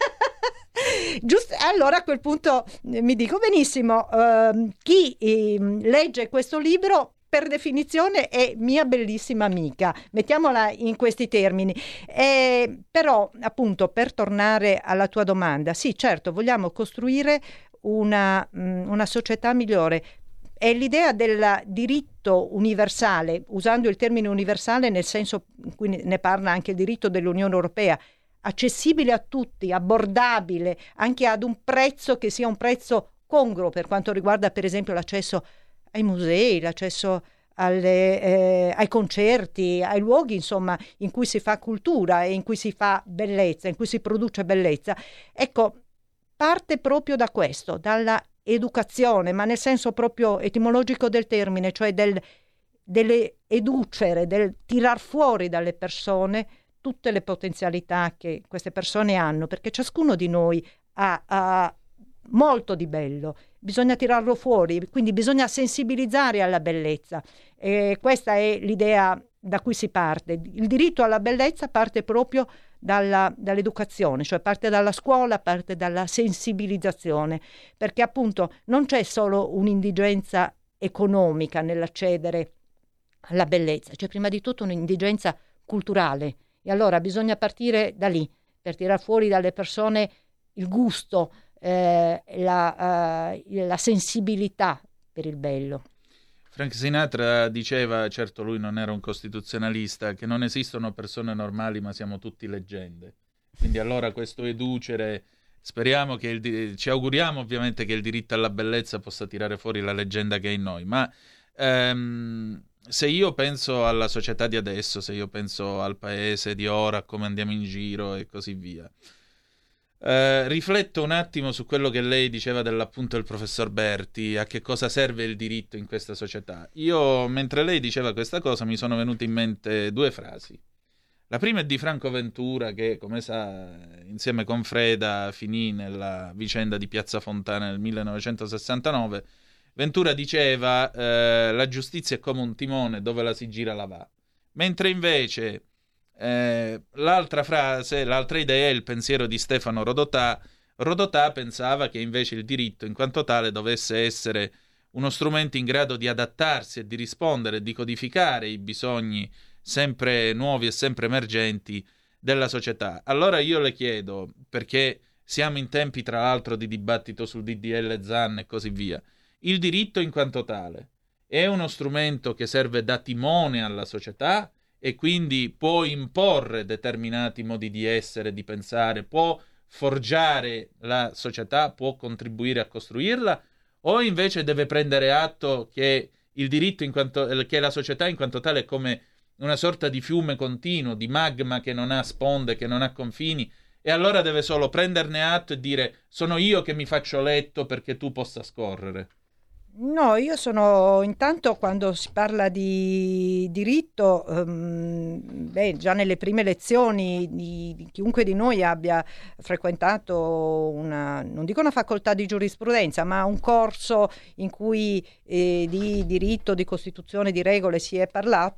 giusto, allora a quel punto mi dico benissimo, eh, chi eh, legge questo libro per definizione è mia bellissima amica, mettiamola in questi termini. Eh, però appunto per tornare alla tua domanda, sì, certo, vogliamo costruire una, mh, una società migliore. È l'idea del diritto universale, usando il termine universale nel senso in cui ne parla anche il diritto dell'Unione Europea, accessibile a tutti, abbordabile, anche ad un prezzo che sia un prezzo congruo per quanto riguarda per esempio l'accesso ai musei, l'accesso alle, eh, ai concerti, ai luoghi insomma in cui si fa cultura e in cui si fa bellezza, in cui si produce bellezza. Ecco, parte proprio da questo, dalla educazione, ma nel senso proprio etimologico del termine, cioè del delle educere, del tirar fuori dalle persone tutte le potenzialità che queste persone hanno, perché ciascuno di noi ha, ha molto di bello, bisogna tirarlo fuori, quindi bisogna sensibilizzare alla bellezza. E questa è l'idea da cui si parte. Il diritto alla bellezza parte proprio dalla, dall'educazione, cioè parte dalla scuola, parte dalla sensibilizzazione, perché appunto non c'è solo un'indigenza economica nell'accedere alla bellezza, c'è prima di tutto un'indigenza culturale, e allora bisogna partire da lì per tirar fuori dalle persone il gusto, Eh, la, uh, la sensibilità per il bello. Frank Sinatra diceva, certo lui non era un costituzionalista, che non esistono persone normali ma siamo tutti leggende. Quindi allora questo educere, speriamo che il, ci auguriamo ovviamente che il diritto alla bellezza possa tirare fuori la leggenda che è in noi, ma ehm, se io penso alla società di adesso, se io penso al paese di ora, a come andiamo in giro e così via, Uh, rifletto un attimo su quello che lei diceva dell'appunto del professor Berti, a che cosa serve il diritto in questa società. Io, mentre lei diceva questa cosa, mi sono venute in mente due frasi. La prima è di Franco Ventura, che, come sa, insieme con Freda finì nella vicenda di Piazza Fontana nel millenovecentosessantanove. Ventura diceva uh, la giustizia è come un timone, dove la si gira la va. Mentre invece Eh, l'altra frase, l'altra idea è il pensiero di Stefano Rodotà. Rodotà pensava che invece il diritto in quanto tale dovesse essere uno strumento in grado di adattarsi e di rispondere e di codificare i bisogni sempre nuovi e sempre emergenti della società. Allora io le chiedo, perché siamo in tempi tra l'altro di dibattito sul D D L Zan e così via, il diritto in quanto tale è uno strumento che serve da timone alla società e quindi può imporre determinati modi di essere, di pensare, può forgiare la società, può contribuire a costruirla, o invece deve prendere atto che il diritto in quanto, che la società in quanto tale è come una sorta di fiume continuo, di magma che non ha sponde, che non ha confini, e allora deve solo prenderne atto e dire sono io che mi faccio letto perché tu possa scorrere. No, io sono, intanto quando si parla di diritto, um, beh, già nelle prime lezioni di, di chiunque di noi abbia frequentato una, non dico una facoltà di giurisprudenza, ma un corso in cui eh, di diritto, di Costituzione, di regole si è parlato,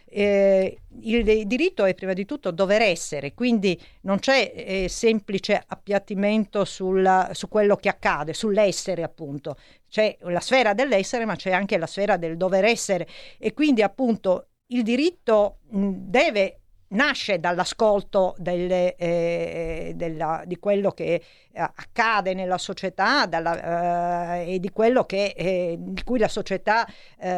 eh, il diritto è prima di tutto dover essere, quindi non c'è eh, semplice appiattimento sulla, su quello che accade, sull'essere appunto. C'è la sfera dell'essere, ma c'è anche la sfera del dover essere, e quindi appunto il diritto mh, deve nasce dall'ascolto delle, eh, della, di quello che eh, accade nella società dalla, eh, e di quello che, eh, di cui la società eh,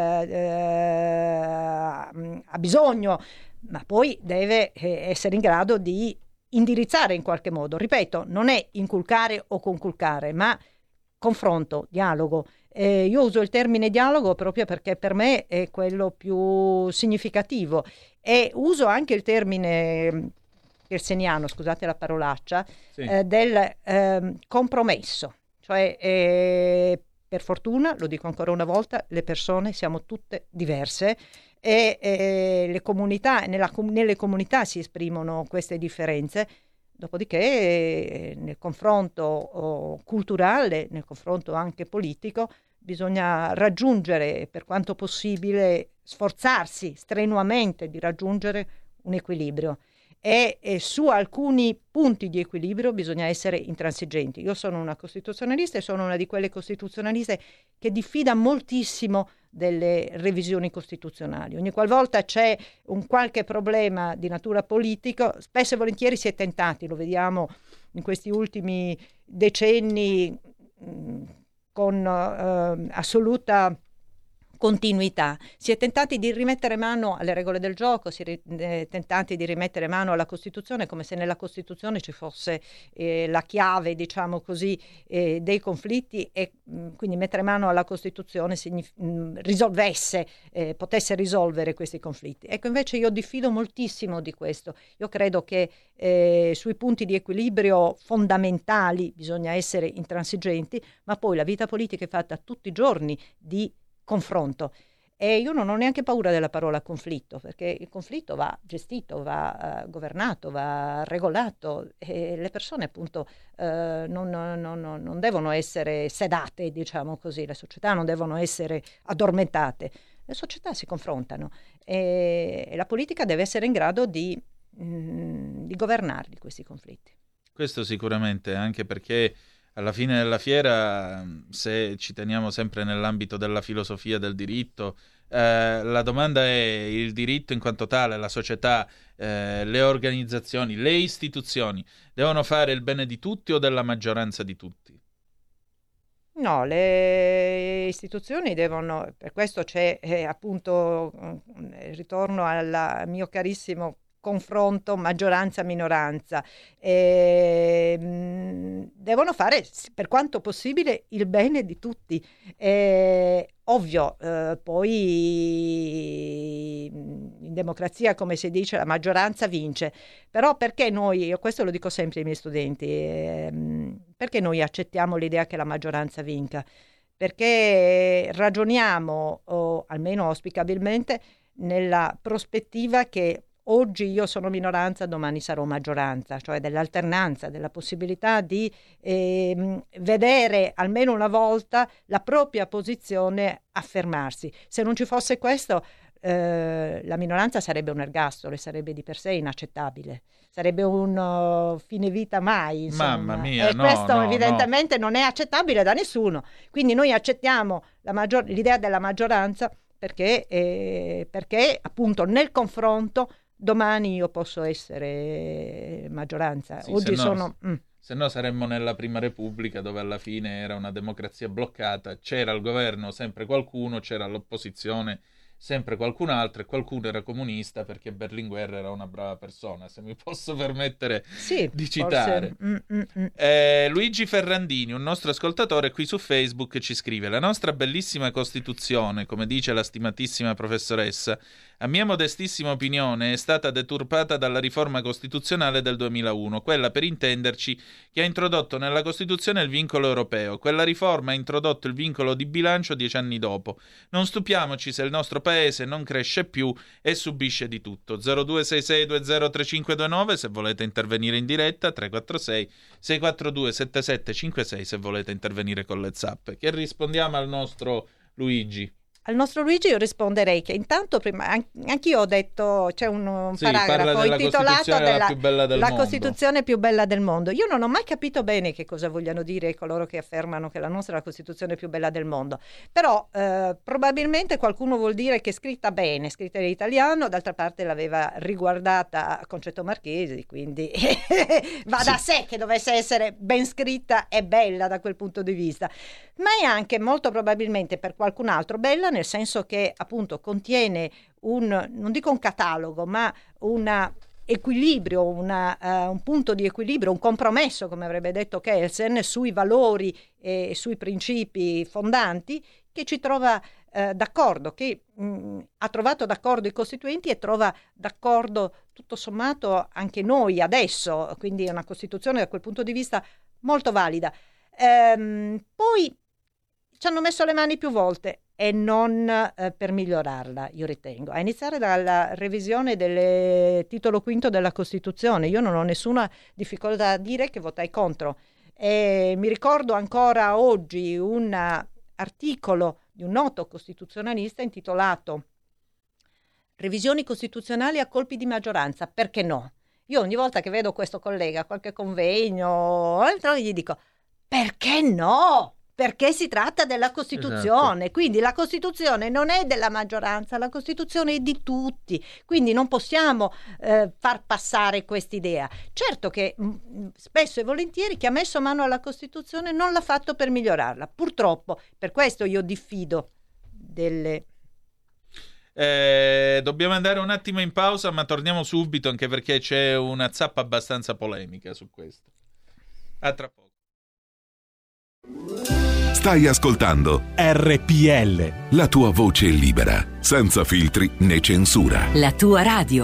eh, ha bisogno, ma poi deve eh, essere in grado di indirizzare in qualche modo. Ripeto, non è inculcare o conculcare, ma confronto, dialogo. Eh, io uso il termine dialogo proprio perché per me è quello più significativo, e uso anche il termine kerseniano, scusate la parolaccia, sì. eh, del eh, compromesso, cioè eh, per fortuna, lo dico ancora una volta, le persone siamo tutte diverse e eh, le comunità, nella, nelle comunità si esprimono queste differenze. Dopodiché nel confronto oh, culturale, nel confronto anche politico, bisogna raggiungere, per quanto possibile, sforzarsi strenuamente di raggiungere un equilibrio. E, e su alcuni punti di equilibrio bisogna essere intransigenti. Io sono una costituzionalista e sono una di quelle costituzionaliste che diffida moltissimo delle revisioni costituzionali. Ogni qualvolta c'è un qualche problema di natura politica, spesso e volentieri si è tentati, lo vediamo in questi ultimi decenni mh, con uh, assoluta continuità. Si è tentati di rimettere mano alle regole del gioco, si è eh, tentati di rimettere mano alla Costituzione, come se nella Costituzione ci fosse eh, la chiave, diciamo così, eh, dei conflitti, e mh, quindi mettere mano alla Costituzione signif- mh, risolvesse, eh, potesse risolvere questi conflitti. Ecco, invece io diffido moltissimo di questo. Io credo che eh, sui punti di equilibrio fondamentali bisogna essere intransigenti, ma poi la vita politica è fatta tutti i giorni di confronto, e io non ho neanche paura della parola conflitto, perché il conflitto va gestito, va uh, governato, va regolato, e le persone appunto uh, non, non, non, non devono essere sedate, diciamo così, le società non devono essere addormentate, le società si confrontano e, e la politica deve essere in grado di, mh, di governarli questi conflitti. Questo sicuramente, anche perché alla fine della fiera, se ci teniamo sempre nell'ambito della filosofia del diritto, eh, la domanda è: il diritto in quanto tale, la società, eh, le organizzazioni, le istituzioni devono fare il bene di tutti o della maggioranza di tutti? No, le istituzioni devono, per questo c'è eh, appunto il ritorno al mio carissimo confronto maggioranza-minoranza, eh, devono fare per quanto possibile il bene di tutti. Eh, ovvio, eh, poi in democrazia, come si dice, la maggioranza vince, però perché noi, io questo lo dico sempre ai miei studenti, eh, perché noi accettiamo l'idea che la maggioranza vinca? Perché ragioniamo, o almeno auspicabilmente, nella prospettiva che oggi io sono minoranza, domani sarò maggioranza, cioè dell'alternanza, della possibilità di eh, vedere almeno una volta la propria posizione affermarsi. Se non ci fosse questo, eh, la minoranza sarebbe un ergastolo e sarebbe di per sé inaccettabile. Sarebbe un uh, fine vita mai, insomma. Mamma mia, e no, questo no, evidentemente no. non è accettabile da nessuno. Quindi noi accettiamo la maggior- l'idea della maggioranza perché, eh, perché appunto nel confronto domani io posso essere maggioranza. Sì, Oggi se no, sono... Mm. Se no saremmo nella Prima Repubblica, dove alla fine era una democrazia bloccata, c'era il governo sempre qualcuno, c'era l'opposizione sempre qualcun altro, e qualcuno era comunista perché Berlinguer era una brava persona, se mi posso permettere sì, di citare. Mm, mm, mm. Eh, Luigi Ferrandini, un nostro ascoltatore qui su Facebook, ci scrive: la nostra bellissima Costituzione, come dice la stimatissima professoressa, a mia modestissima opinione è stata deturpata dalla riforma costituzionale del duemilauno, quella, per intenderci, che ha introdotto nella Costituzione il vincolo europeo. Quella riforma ha introdotto il vincolo di bilancio dieci anni dopo. Non stupiamoci se il nostro paese non cresce più e subisce di tutto. zero due sei sei due zero tre cinque due nove se volete intervenire in diretta, tre quattro sei sei quattro due sette sette cinque sei se volete intervenire con le zappe. Che rispondiamo al nostro Luigi? Al nostro Luigi io risponderei che intanto prima anch'io ho detto, c'è un, un sì, paragrafo intitolato della, più bella del la mondo. Costituzione più bella del mondo. Io non ho mai capito bene che cosa vogliano dire coloro che affermano che la nostra è la Costituzione più bella del mondo, però eh, probabilmente qualcuno vuol dire che è scritta bene, scritta in italiano, d'altra parte l'aveva riguardata Concetto Marchesi, quindi va sì. da sé che dovesse essere ben scritta e bella da quel punto di vista, ma è anche molto probabilmente per qualcun altro bella nel senso che appunto contiene un, non dico un catalogo, ma un equilibrio, una, uh, un punto di equilibrio, un compromesso, come avrebbe detto Kelsen, sui valori e sui principi fondanti che ci trova uh, d'accordo, che mh, ha trovato d'accordo i costituenti e trova d'accordo tutto sommato anche noi adesso, quindi è una Costituzione da quel punto di vista molto valida. Ehm, poi ci hanno messo le mani più volte e non eh, per migliorarla, io ritengo, a iniziare dalla revisione del titolo quinto della Costituzione. Io non ho nessuna difficoltà a dire che votai contro. E mi ricordo ancora oggi un articolo di un noto costituzionalista intitolato Revisioni costituzionali a colpi di maggioranza, perché no? Io ogni volta che vedo questo collega a qualche convegno, gli dico, perché no? Perché si tratta della Costituzione, esatto. Quindi la Costituzione non è della maggioranza, la Costituzione è di tutti, quindi non possiamo eh, far passare quest'idea. Certo che mh, spesso e volentieri chi ha messo mano alla Costituzione non l'ha fatto per migliorarla, purtroppo, per questo io diffido delle... Eh, dobbiamo andare un attimo in pausa, ma torniamo subito, anche perché c'è una zappa abbastanza polemica su questo. A tra poco. Stai ascoltando R P L, la tua voce libera, senza filtri né censura. La tua radio.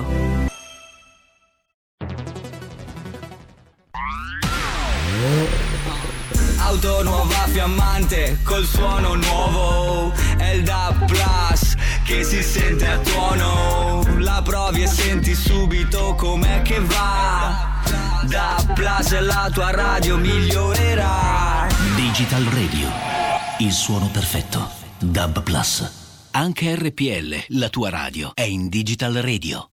Auto nuova fiammante col suono nuovo, è il D A B Plus che si sente a tuono. La provi e senti subito com'è che va. D A B Plus e la tua radio migliorerà. Digital Radio, il suono perfetto. D A B Plus. Anche R P L, la tua radio, è in Digital Radio.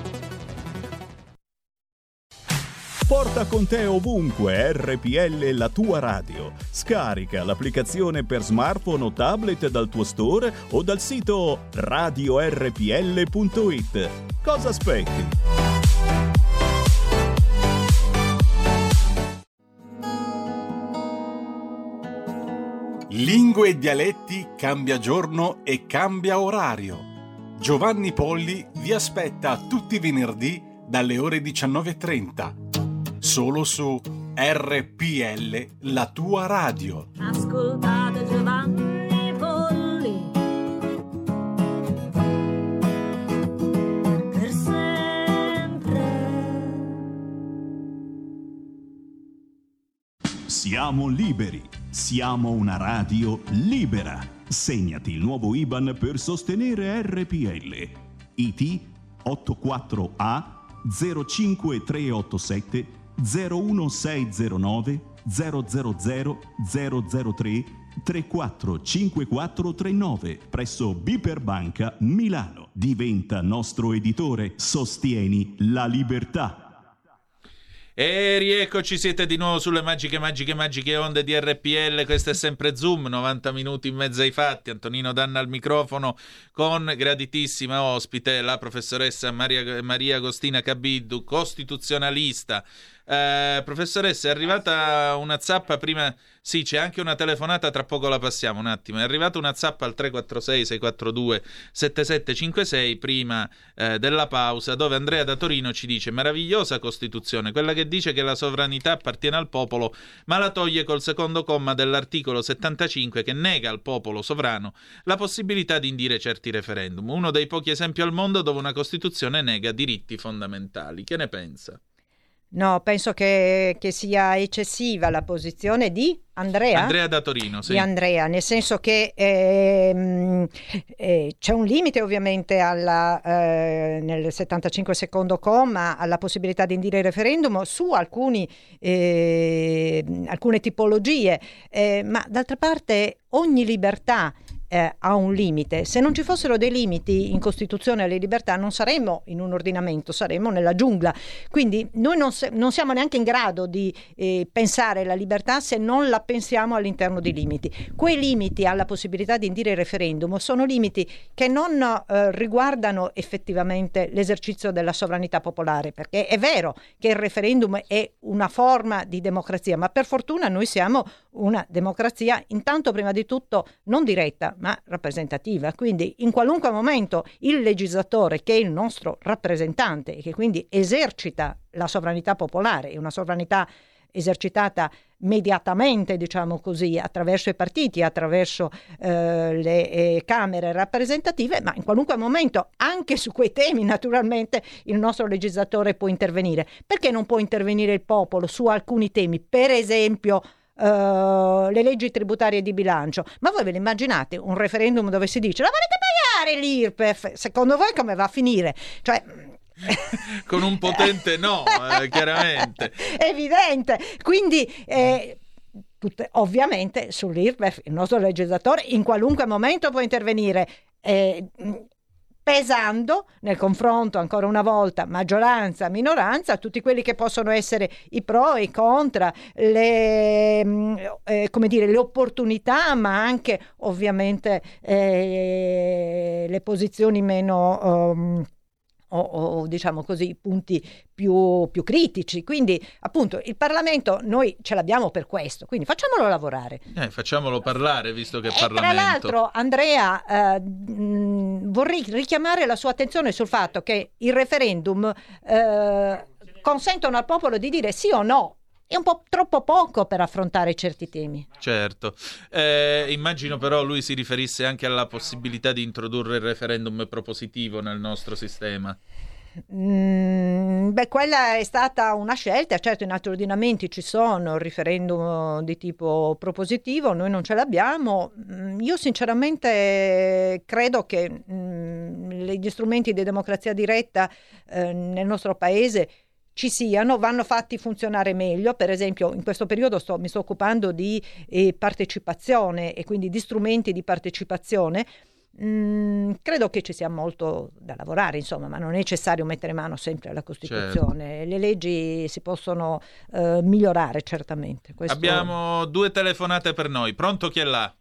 Porta con te ovunque R P L, la tua radio. Scarica l'applicazione per smartphone o tablet dal tuo store o dal sito radio r p l punto i t. Cosa aspetti? Lingue e dialetti cambia giorno e cambia orario. Giovanni Polli vi aspetta tutti i venerdì dalle ore diciannove e trenta. Solo su R P L, la tua radio. Ascoltate Giovanni Polli. Per sempre. Siamo liberi. Siamo una radio libera. Segnati il nuovo I B A N per sostenere R P L. I T otto quattro A zero cinque tre otto sette zero uno sei zero nove zero zero zero zero zero tre tre quattro cinque quattro tre nove presso Biper Banca Milano. Diventa nostro editore. Sostieni la libertà. E rieccoci, siete di nuovo sulle magiche, magiche, magiche onde di R P L. Questo è sempre Zoom, novanta minuti in mezzo ai fatti. Antonino Danna al microfono con graditissima ospite la professoressa Maria, Maria Agostina Cabiddu, costituzionalista. Eh, professoressa, è arrivata una zappa prima... Sì, c'è anche una telefonata, tra poco la passiamo un attimo. È arrivata una zappa al tre quattro sei sei quattro due sette sette cinque sei prima eh, della pausa, dove Andrea da Torino ci dice: meravigliosa Costituzione, quella che dice che la sovranità appartiene al popolo, ma la toglie col secondo comma dell'articolo settantacinque che nega al popolo sovrano la possibilità di indire certi referendum. Uno dei pochi esempi al mondo dove una Costituzione nega diritti fondamentali. Che ne pensa? No, penso che, che sia eccessiva la posizione di Andrea? Andrea da Torino, sì. Di Andrea, nel senso che ehm, eh, c'è un limite ovviamente alla, eh, nel settantacinque secondo comma alla possibilità di indire referendum su alcuni, eh, alcune tipologie, eh, ma d'altra parte ogni libertà eh, ha un limite. Se non ci fossero dei limiti in Costituzione alle libertà non saremmo in un ordinamento, saremmo nella giungla. Quindi noi non, se, non siamo neanche in grado di eh, pensare la libertà se non la pensiamo all'interno di limiti. Quei limiti alla possibilità di indire il referendum sono limiti che non eh, riguardano effettivamente l'esercizio della sovranità popolare, perché è vero che il referendum è una forma di democrazia, ma per fortuna noi siamo una democrazia intanto prima di tutto non diretta ma rappresentativa, quindi in qualunque momento il legislatore, che è il nostro rappresentante e che quindi esercita la sovranità popolare, una sovranità esercitata mediatamente, diciamo così, attraverso i partiti, attraverso eh, le eh, camere rappresentative, ma in qualunque momento, anche su quei temi naturalmente, il nostro legislatore può intervenire. Perché non può intervenire il popolo su alcuni temi? Per esempio Uh, le leggi tributarie di bilancio. Ma voi ve le immaginate un referendum dove si dice la volete pagare l'I R P E F? Secondo voi come va a finire? Cioè con un potente no, eh, chiaramente evidente. Quindi eh, tutte, ovviamente sull'I R P E F il nostro legislatore in qualunque momento può intervenire, eh, pesando nel confronto, ancora una volta, maggioranza, minoranza, tutti quelli che possono essere i pro e i contra, le, eh, come dire, le opportunità, ma anche ovviamente eh, le posizioni meno um, o, o diciamo così punti più, più critici. Quindi appunto il Parlamento noi ce l'abbiamo per questo, quindi facciamolo lavorare, eh, facciamolo parlare, visto che è e Parlamento. Tra l'altro Andrea, eh, mh, vorrei richiamare la sua attenzione sul fatto che il referendum eh, consentono al popolo di dire sì o no. È un po' troppo poco per affrontare certi temi. Certo, eh, immagino però lui si riferisse anche alla possibilità di introdurre il referendum propositivo nel nostro sistema. Mm, beh, quella è stata una scelta, certo in altri ordinamenti ci sono il referendum di tipo propositivo, noi non ce l'abbiamo. Io sinceramente credo che mm, gli strumenti di democrazia diretta eh, nel nostro paese ci siano, vanno fatti funzionare meglio. Per esempio in questo periodo sto, mi sto occupando di eh, partecipazione e quindi di strumenti di partecipazione. Mm, credo che ci sia molto da lavorare, insomma, ma non è necessario mettere mano sempre alla Costituzione. Certo. Le leggi si possono eh, migliorare certamente. Questo... Abbiamo due telefonate per noi. Pronto, chi è là?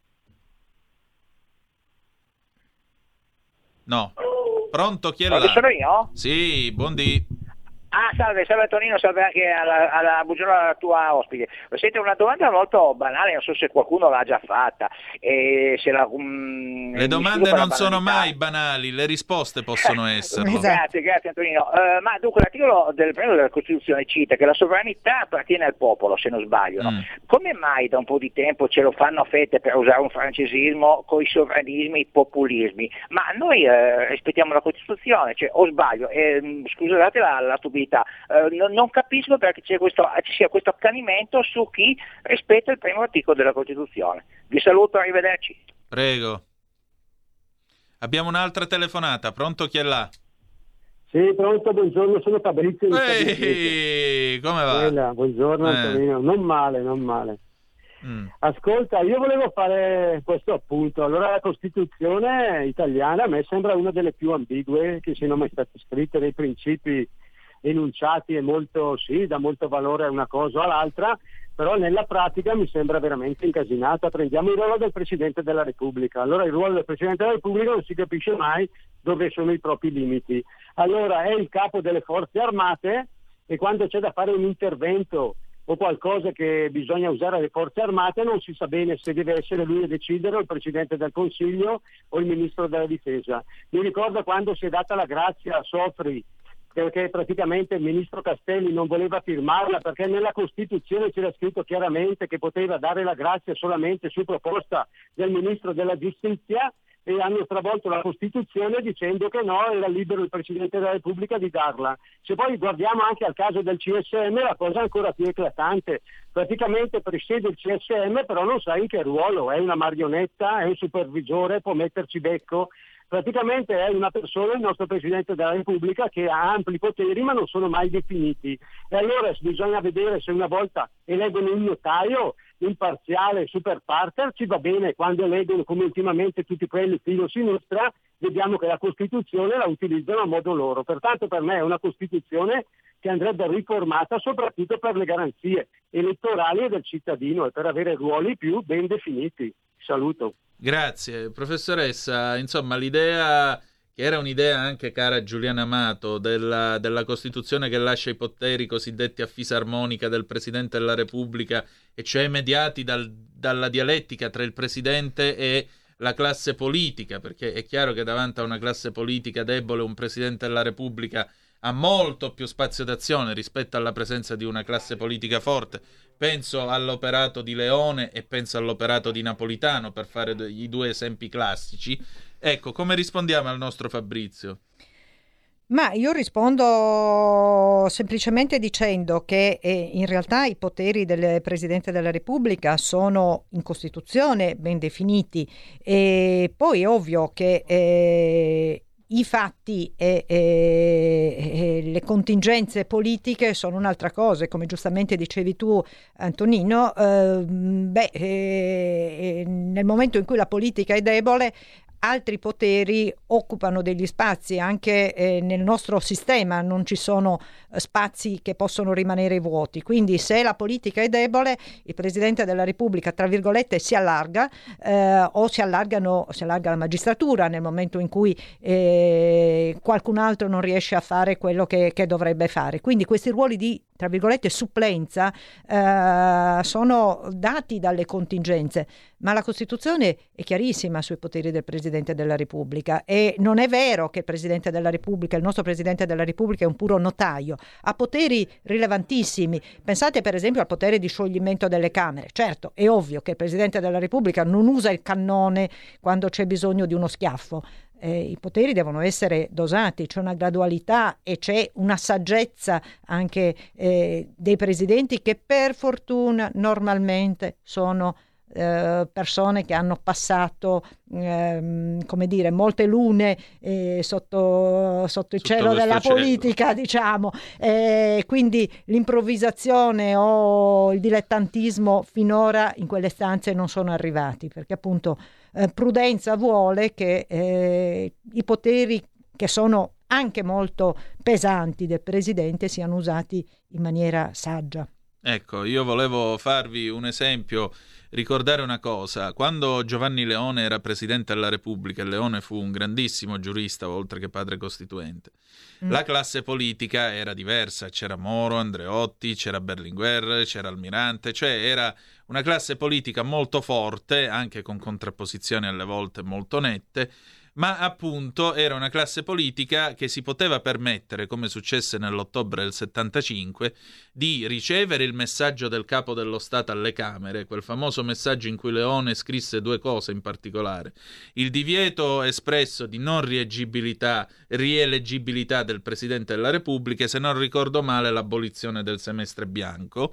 No. Pronto, chi è là? Sono io? Sì, buondì. Ah, salve, salve Tonino, salve anche alla, alla, buongiorno alla tua ospite. Senti, una domanda molto banale, non so se qualcuno l'ha già fatta. E se la, um, le domande non sono mai banali, le risposte possono essere. Grazie, grazie Antonino. Uh, ma dunque l'articolo del premio della Costituzione cita che la sovranità appartiene al popolo, se non sbaglio. No? Mm. Come mai da un po' di tempo ce lo fanno a fette, per usare un francesismo, con i sovranismi, i populismi? Ma noi eh, rispettiamo la Costituzione, cioè, o sbaglio? Eh, scusate la, la stupidità. Uh, non, non capisco perché c'è questo, ci sia questo accanimento su chi rispetta il primo articolo della Costituzione. Vi saluto, arrivederci. Prego. Abbiamo un'altra telefonata. Pronto, chi è là? Sì, pronto, buongiorno, sono Fabrizio. Ehi, come va? Bella, buongiorno eh. Antonino, non male, non male. Mm. Ascolta, io volevo fare questo appunto. Allora, la Costituzione italiana a me sembra una delle più ambigue che siano mai state scritte. Dei principi enunciati è molto, sì, dà molto valore a una cosa o all'altra, però nella pratica mi sembra veramente incasinata. Prendiamo il ruolo del Presidente della Repubblica. Allora il ruolo del Presidente della Repubblica non si capisce mai dove sono i propri limiti. Allora è il capo delle forze armate e quando c'è da fare un intervento o qualcosa che bisogna usare le forze armate non si sa bene se deve essere lui a decidere o il Presidente del Consiglio o il Ministro della Difesa. Mi ricordo quando si è data la grazia a Sofri, perché praticamente il ministro Castelli non voleva firmarla perché nella Costituzione c'era scritto chiaramente che poteva dare la grazia solamente su proposta del ministro della Giustizia, e hanno stravolto la Costituzione dicendo che no, era libero il Presidente della Repubblica di darla. Se poi guardiamo anche al caso del C S M, la cosa è ancora più eclatante. Praticamente presiede il C S M, però non sa in che ruolo, è una marionetta, è un supervisore, può metterci becco. Praticamente è una persona, il nostro Presidente della Repubblica, che ha ampli poteri ma non sono mai definiti. E allora bisogna vedere se una volta eleggono un notaio, imparziale, super parter, ci va bene. Quando leggono come ultimamente tutti quelli filo-sinistra, vediamo che la Costituzione la utilizzano a modo loro. Pertanto per me è una Costituzione che andrebbe riformata soprattutto per le garanzie elettorali del cittadino e per avere ruoli più ben definiti. Saluto. Grazie. Professoressa, insomma l'idea, che era un'idea anche cara a Giuliano Amato, della, della Costituzione che lascia i poteri cosiddetti a fisarmonica del Presidente della Repubblica, e cioè mediati dal, dalla dialettica tra il Presidente e la classe politica, perché è chiaro che davanti a una classe politica debole un Presidente della Repubblica ha molto più spazio d'azione rispetto alla presenza di una classe politica forte. Penso all'operato di Leone e penso all'operato di Napolitano, per fare i due esempi classici. Ecco, come rispondiamo al nostro Fabrizio? Ma io rispondo semplicemente dicendo che eh, in realtà i poteri del Presidente della Repubblica sono in Costituzione ben definiti, e poi è ovvio che eh, i fatti e, e, e le contingenze politiche sono un'altra cosa. Come giustamente dicevi tu, Antonino, eh, beh, eh, nel momento in cui la politica è debole, altri poteri occupano degli spazi. Anche eh, nel nostro sistema non ci sono eh, spazi che possono rimanere vuoti. Quindi se la politica è debole, il Presidente della Repubblica, tra virgolette, si allarga eh, o si allargano, si allarga la magistratura nel momento in cui eh, qualcun altro non riesce a fare quello che, che dovrebbe fare. Quindi questi ruoli di, tra virgolette, supplenza eh, sono dati dalle contingenze, ma la Costituzione è chiarissima sui poteri del Presidente della Repubblica, e non è vero che il Presidente della Repubblica, il nostro Presidente della Repubblica, è un puro notaio. Ha poteri rilevantissimi. Pensate per esempio al potere di scioglimento delle Camere. Certo, è ovvio che il Presidente della Repubblica non usa il cannone quando c'è bisogno di uno schiaffo. Eh, i poteri devono essere dosati, c'è una gradualità e c'è una saggezza anche eh, dei presidenti, che per fortuna normalmente sono eh, persone che hanno passato ehm, come dire molte lune eh, sotto, sotto il Sotto cielo della cielo. politica, diciamo, eh, quindi l'improvvisazione o il dilettantismo finora in quelle stanze non sono arrivati, perché appunto Eh, prudenza vuole che eh, i poteri, che sono anche molto pesanti, del Presidente siano usati in maniera saggia. Ecco, io volevo farvi un esempio, ricordare una cosa. Quando Giovanni Leone era Presidente della Repubblica, e Leone fu un grandissimo giurista, oltre che padre costituente, mm. la classe politica era diversa. C'era Moro, Andreotti, c'era Berlinguer, c'era Almirante, cioè era una classe politica molto forte, anche con contrapposizioni alle volte molto nette, ma appunto era una classe politica che si poteva permettere, come successe nell'ottobre del settantacinque, di ricevere il messaggio del Capo dello Stato alle Camere, quel famoso messaggio in cui Leone scrisse due cose in particolare: il divieto espresso di non rieleggibilità, rieleggibilità del Presidente della Repubblica, e, se non ricordo male, l'abolizione del semestre bianco.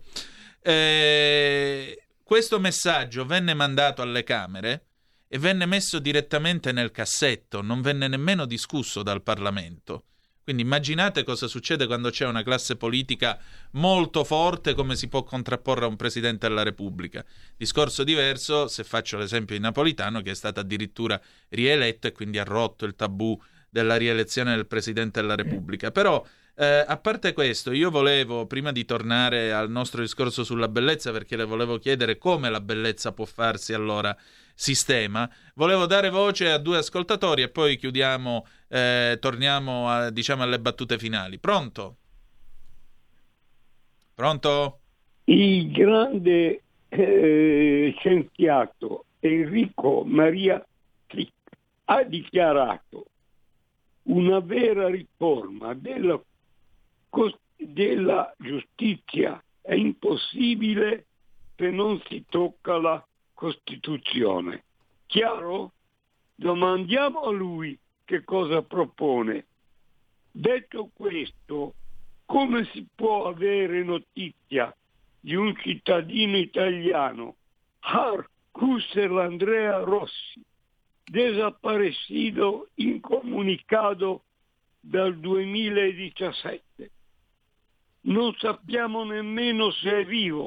Eh, questo messaggio venne mandato alle Camere e venne messo direttamente nel cassetto, non venne nemmeno discusso dal Parlamento. Quindi immaginate cosa succede quando c'è una classe politica molto forte, come si può contrapporre a un Presidente della Repubblica. Discorso diverso se faccio l'esempio di Napolitano, che è stato addirittura rieletto e quindi ha rotto il tabù della rielezione del Presidente della Repubblica. Però Eh, a parte questo, io volevo, prima di tornare al nostro discorso sulla bellezza, perché le volevo chiedere come la bellezza può farsi allora sistema, volevo dare voce a due ascoltatori e poi chiudiamo, eh, torniamo a, diciamo alle battute finali. Pronto? Pronto? Il grande eh, scienziato Enrico Maria Frick ha dichiarato: una vera riforma della della giustizia è impossibile se non si tocca la Costituzione. Chiaro? Domandiamo a lui che cosa propone. Detto questo, come si può avere notizia di un cittadino italiano, Har Husserl Andrea Rossi, desaparecido incomunicado dal duemiladiciassette? Non sappiamo nemmeno se è vivo,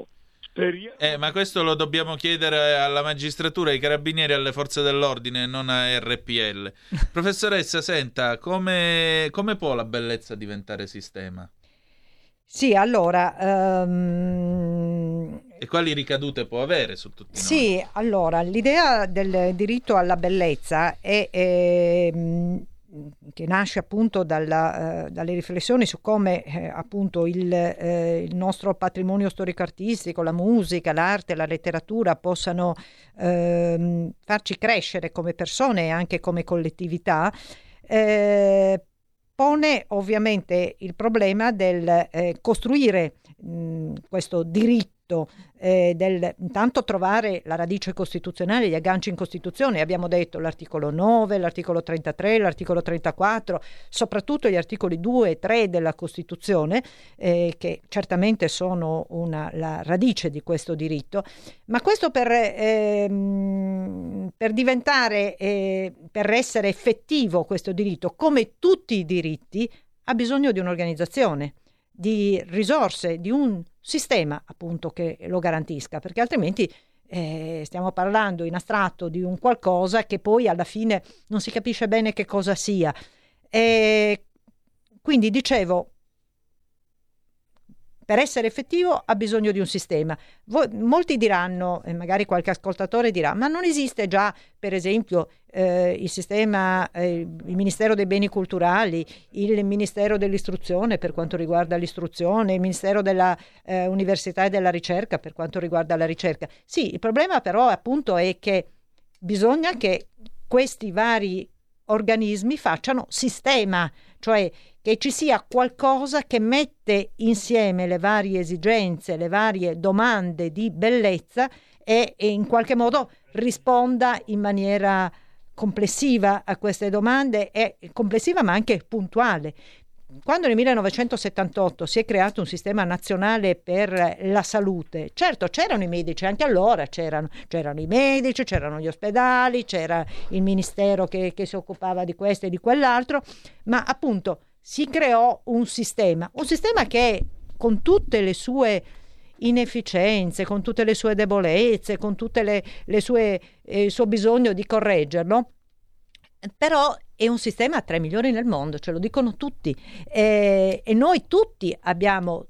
Speriamo. Eh, ma questo lo dobbiamo chiedere alla magistratura, ai carabinieri e alle forze dell'ordine, non a R P L. Professoressa, senta, come, come può la bellezza diventare sistema? Sì, allora... Um... E quali ricadute può avere su tutti noi? Sì, allora, l'idea del diritto alla bellezza è... è che nasce appunto dalla, uh, dalle riflessioni su come eh, appunto il, eh, il nostro patrimonio storico-artistico, la musica, l'arte, la letteratura possano eh, farci crescere come persone e anche come collettività, eh, pone ovviamente il problema del eh, costruire mh, questo diritto, eh, del intanto trovare la radice costituzionale, gli agganci in Costituzione. Abbiamo detto l'articolo nove, l'articolo trentatré, l'articolo trentaquattro, soprattutto gli articoli due e tre della Costituzione, eh, che certamente sono una, la radice di questo diritto, ma questo per, ehm, per diventare, eh, per essere effettivo questo diritto, come tutti i diritti, ha bisogno di un'organizzazione, di risorse, di un sistema appunto che lo garantisca, perché altrimenti eh, stiamo parlando in astratto di un qualcosa che poi alla fine non si capisce bene che cosa sia. E quindi dicevo, per essere effettivo ha bisogno di un sistema. Voi, molti diranno, e magari qualche ascoltatore dirà, ma non esiste già per esempio eh, il sistema, eh, il Ministero dei Beni Culturali, il Ministero dell'Istruzione per quanto riguarda l'istruzione, il Ministero della eh, Università e della Ricerca per quanto riguarda la ricerca. Sì, il problema però appunto è che bisogna che questi vari organismi facciano sistema, cioè che ci sia qualcosa che mette insieme le varie esigenze, le varie domande di bellezza e, e in qualche modo risponda in maniera complessiva a queste domande, e complessiva ma anche puntuale. Quando nel millenovecentosettantotto si è creato un sistema nazionale per la salute, certo c'erano i medici, anche allora c'erano, c'erano i medici, c'erano gli ospedali, c'era il ministero che, che si occupava di questo e di quell'altro, ma appunto si creò un sistema, un sistema che con tutte le sue inefficienze, con tutte le sue debolezze, con tutte le, le sue eh, il suo bisogno di correggerlo, però è un sistema a tre milioni nel mondo, ce lo dicono tutti, eh, e noi tutti abbiamo,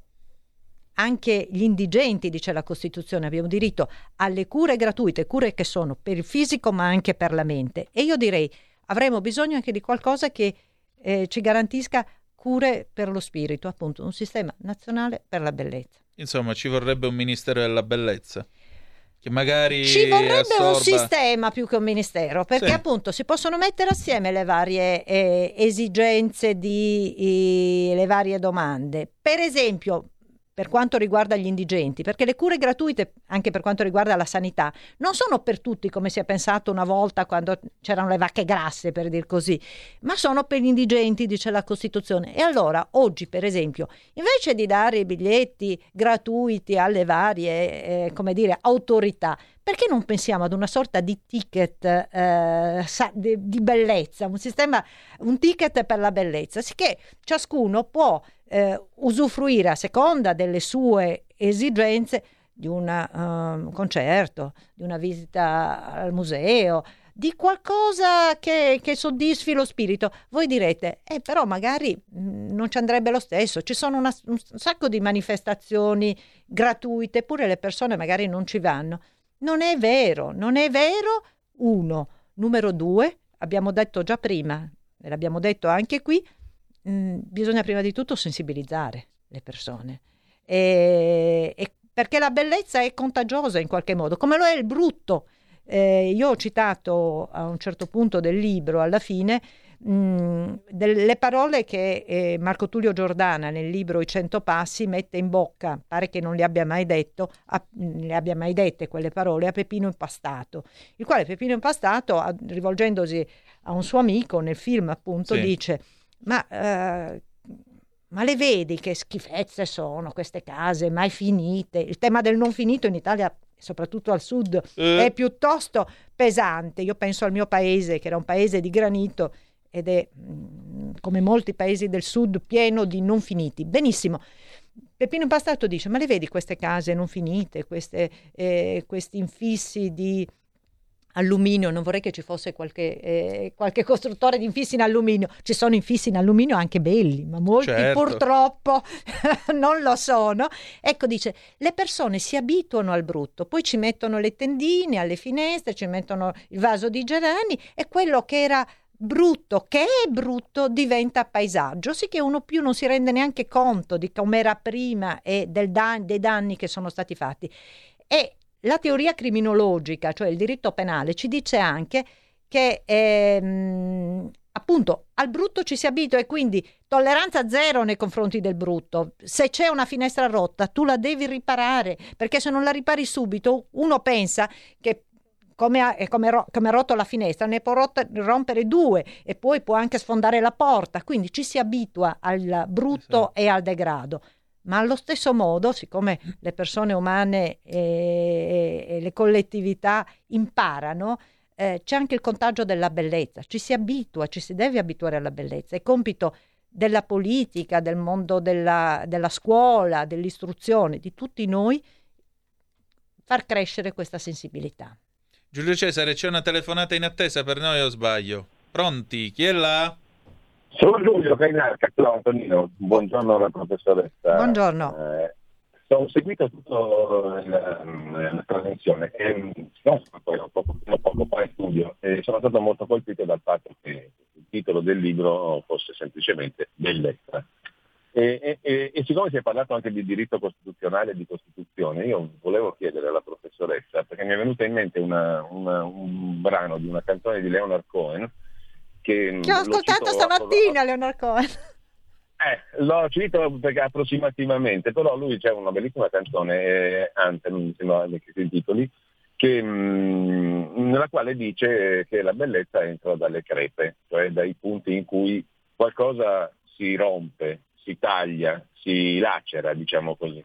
anche gli indigenti, dice la Costituzione, abbiamo diritto alle cure gratuite, cure che sono per il fisico ma anche per la mente, e io direi avremo bisogno anche di qualcosa che eh, ci garantisca cure per lo spirito, appunto un sistema nazionale per la bellezza. Insomma, ci vorrebbe un Ministero della Bellezza, che magari ci vorrebbe assorba... un sistema più che un ministero, perché sì. appunto si possono mettere assieme le varie eh, esigenze di eh, le varie domande. Per esempio, per quanto riguarda gli indigenti, perché le cure gratuite, anche per quanto riguarda la sanità, non sono per tutti come si è pensato una volta quando c'erano le vacche grasse, per dir così, ma sono per gli indigenti, dice la Costituzione. E allora oggi, per esempio, invece di dare i biglietti gratuiti alle varie, eh, come dire, autorità, perché non pensiamo ad una sorta di ticket eh, di, di bellezza, un sistema, un ticket per la bellezza, sicché ciascuno può eh, usufruire a seconda delle sue esigenze di un um, concerto, di una visita al museo, di qualcosa che, che soddisfi lo spirito. Voi direte, eh, però magari mh, non ci andrebbe lo stesso, ci sono una, un sacco di manifestazioni gratuite, eppure le persone magari non ci vanno. Non è vero, non è vero, uno. Numero due, abbiamo detto già prima, e l'abbiamo detto anche qui, mh, bisogna prima di tutto sensibilizzare le persone, e, e perché la bellezza è contagiosa in qualche modo, come lo è il brutto. Eh, io ho citato a un certo punto del libro, alla fine, mh, delle parole che eh, Marco Tullio Giordana nel libro I Cento Passi mette in bocca, pare che non le abbia mai detto, a, le abbia mai dette quelle parole, a Peppino Impastato, il quale Peppino Impastato, a, rivolgendosi a un suo amico nel film appunto, sì. dice, ma... Eh, ma le vedi che schifezze sono queste case mai finite? Il tema del non finito in Italia, soprattutto al sud, eh. è piuttosto pesante. Io penso al mio paese, che era un paese di granito ed è, come molti paesi del sud, pieno di non finiti. Benissimo. Peppino Impastato dice: ma le vedi queste case non finite, queste, eh, questi infissi di alluminio? Non vorrei che ci fosse qualche, eh, qualche costruttore di infissi in alluminio. Ci sono infissi in alluminio anche belli, ma molti certo. purtroppo non lo sono. Ecco, dice, le persone si abituano al brutto, poi ci mettono le tendine alle finestre, ci mettono il vaso di gerani, e quello che era brutto, che è brutto, diventa paesaggio, sì che uno più non si rende neanche conto di com'era prima e del dan- dei danni che sono stati fatti. E la teoria criminologica, cioè il diritto penale, ci dice anche che ehm, appunto al brutto ci si abitua, e quindi tolleranza zero nei confronti del brutto. Se c'è una finestra rotta, tu la devi riparare, perché se non la ripari subito, uno pensa che come ha, come, ro- come ha rotto la finestra, ne può rot- rompere due, e poi può anche sfondare la porta. Quindi ci si abitua al brutto, esatto, e al degrado. Ma allo stesso modo, siccome le persone umane e, e le collettività imparano, eh, c'è anche il contagio della bellezza. Ci si abitua, ci si deve abituare alla bellezza. È compito della politica, del mondo della, della scuola, dell'istruzione, di tutti noi, far crescere questa sensibilità. Giulio Cesare, c'è una telefonata in attesa per noi o sbaglio? Pronti? Chi è là? Sono Giulio Cainarca, ciao Antonino, buongiorno alla professoressa. Buongiorno. Eh, ho seguito tutta la, la trasmissione e no, poi ho poco, poco fa in studio e sono stato molto colpito dal fatto che il titolo del libro fosse semplicemente Bellezza. E, e, e siccome si è parlato anche di diritto costituzionale e di Costituzione, io volevo chiedere alla professoressa, perché mi è venuta in mente una, una, un brano di una canzone di Leonard Cohen che, che ho ascoltato stamattina, a... Leonard Cohen. Eh, l'ho citato perché approssimativamente, però lui c'è una bellissima canzone, eh, Anthem, mi sembra che si intitoli, che, mh, nella quale dice che la bellezza entra dalle crepe, cioè dai punti in cui qualcosa si rompe, si taglia, si lacera, diciamo così.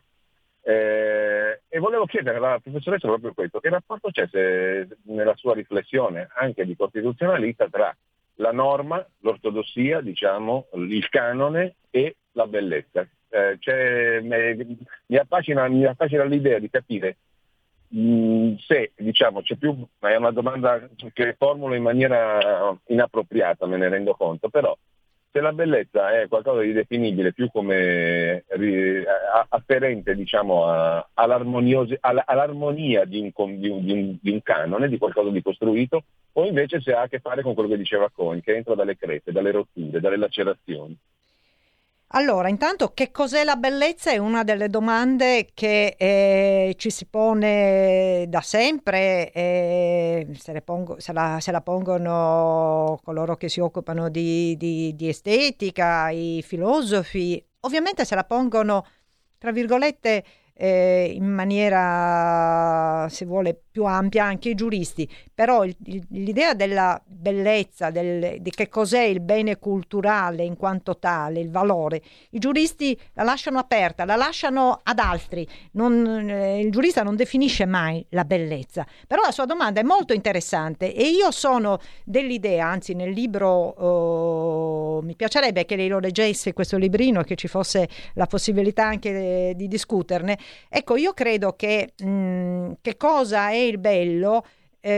Eh, e volevo chiedere alla professoressa proprio questo: che rapporto c'è se, nella sua riflessione anche di costituzionalista tra la norma, l'ortodossia, diciamo, il canone e la bellezza? Eh, c'è, mi, mi, affascina, mi affascina l'idea di capire mh, se, diciamo, c'è più, ma è una domanda che formulo in maniera inappropriata, me ne rendo conto, però se la bellezza è qualcosa di definibile più come ri, afferente, diciamo, a, all'armonia di un, di, un, di, un, di un canone, di qualcosa di costruito, o invece se ha a che fare con quello che diceva Cohen, che entra dalle crepe, dalle rotture, dalle lacerazioni. Allora, intanto, che cos'è la bellezza è una delle domande che eh, ci si pone da sempre, eh, se, le pongo, se, la, se la pongono coloro che si occupano di, di, di estetica, i filosofi, ovviamente se la pongono, tra virgolette, eh, in maniera, se vuole, più ampia anche i giuristi, però il, il, l'idea della bellezza, del, di che cos'è il bene culturale in quanto tale, il valore, i giuristi la lasciano aperta, la lasciano ad altri. Non, eh, il giurista non definisce mai la bellezza, però la sua domanda è molto interessante e io sono dell'idea, anzi nel libro oh, mi piacerebbe che lei lo leggesse questo librino e che ci fosse la possibilità anche de, di discuterne. Ecco, io credo che mh, che cosa è il bello,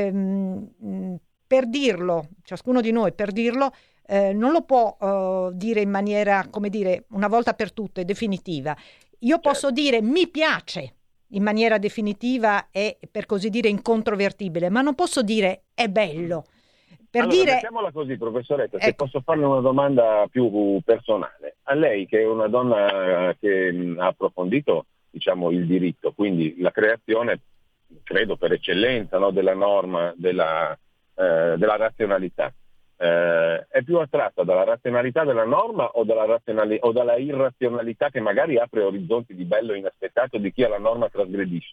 ehm, per dirlo, ciascuno di noi per dirlo, eh, non lo può uh, dire in maniera, come dire, una volta per tutte, definitiva. Io posso dire mi piace in maniera definitiva e per così dire incontrovertibile, ma non posso dire è bello. Per allora, dire... mettiamola così, professoressa, ecco. Se posso farle una domanda più personale. A lei, che è una donna che mh, ha approfondito, diciamo, il diritto, quindi la creazione, credo per eccellenza, no, della norma, della, eh, della razionalità, eh, è più attratta dalla razionalità della norma o dalla, razionali- o dalla irrazionalità che magari apre orizzonti di bello inaspettato di chi alla norma trasgredisce?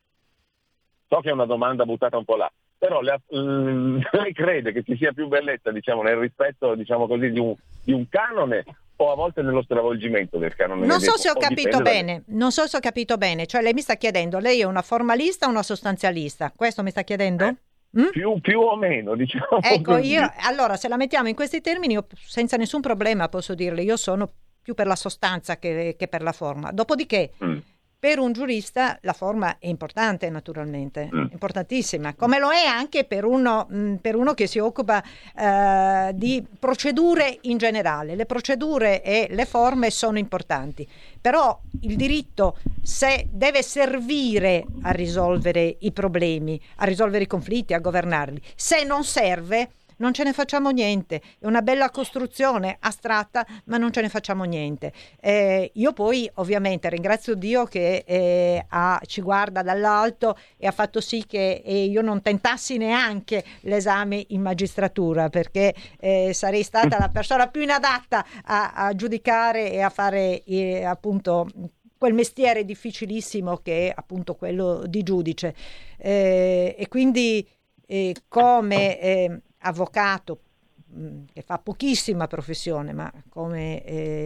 So che è una domanda buttata un po' là, però le, l- lei crede che ci sia più bellezza, diciamo, nel rispetto, diciamo così, di un, di un canone, o a volte nello stravolgimento del canone? Non so se ho o capito bene, da... non so se ho capito bene, cioè lei mi sta chiedendo, lei è una formalista o una sostanzialista? Questo mi sta chiedendo? Eh, mm? più, più o meno, diciamo. Ecco, così. io allora se la mettiamo in questi termini, io senza nessun problema posso dirle, io sono più per la sostanza che, che per la forma. Dopodiché, Mm. per un giurista la forma è importante, naturalmente, Mm. importantissima, come lo è anche per uno, mh, per uno che si occupa eh, di procedure in generale. Le procedure e le forme sono importanti, però il diritto, se deve servire a risolvere i problemi, a risolvere i conflitti, a governarli, se non serve, non ce ne facciamo niente. È una bella costruzione astratta, ma non ce ne facciamo niente. Eh, io poi ovviamente ringrazio Dio che eh, ha, ci guarda dall'alto e ha fatto sì che eh, io non tentassi neanche l'esame in magistratura, perché eh, sarei stata la persona più inadatta a, a giudicare e a fare eh, appunto quel mestiere difficilissimo che è appunto quello di giudice. Eh, e quindi eh, come eh, avvocato, mh, che fa pochissima professione, ma come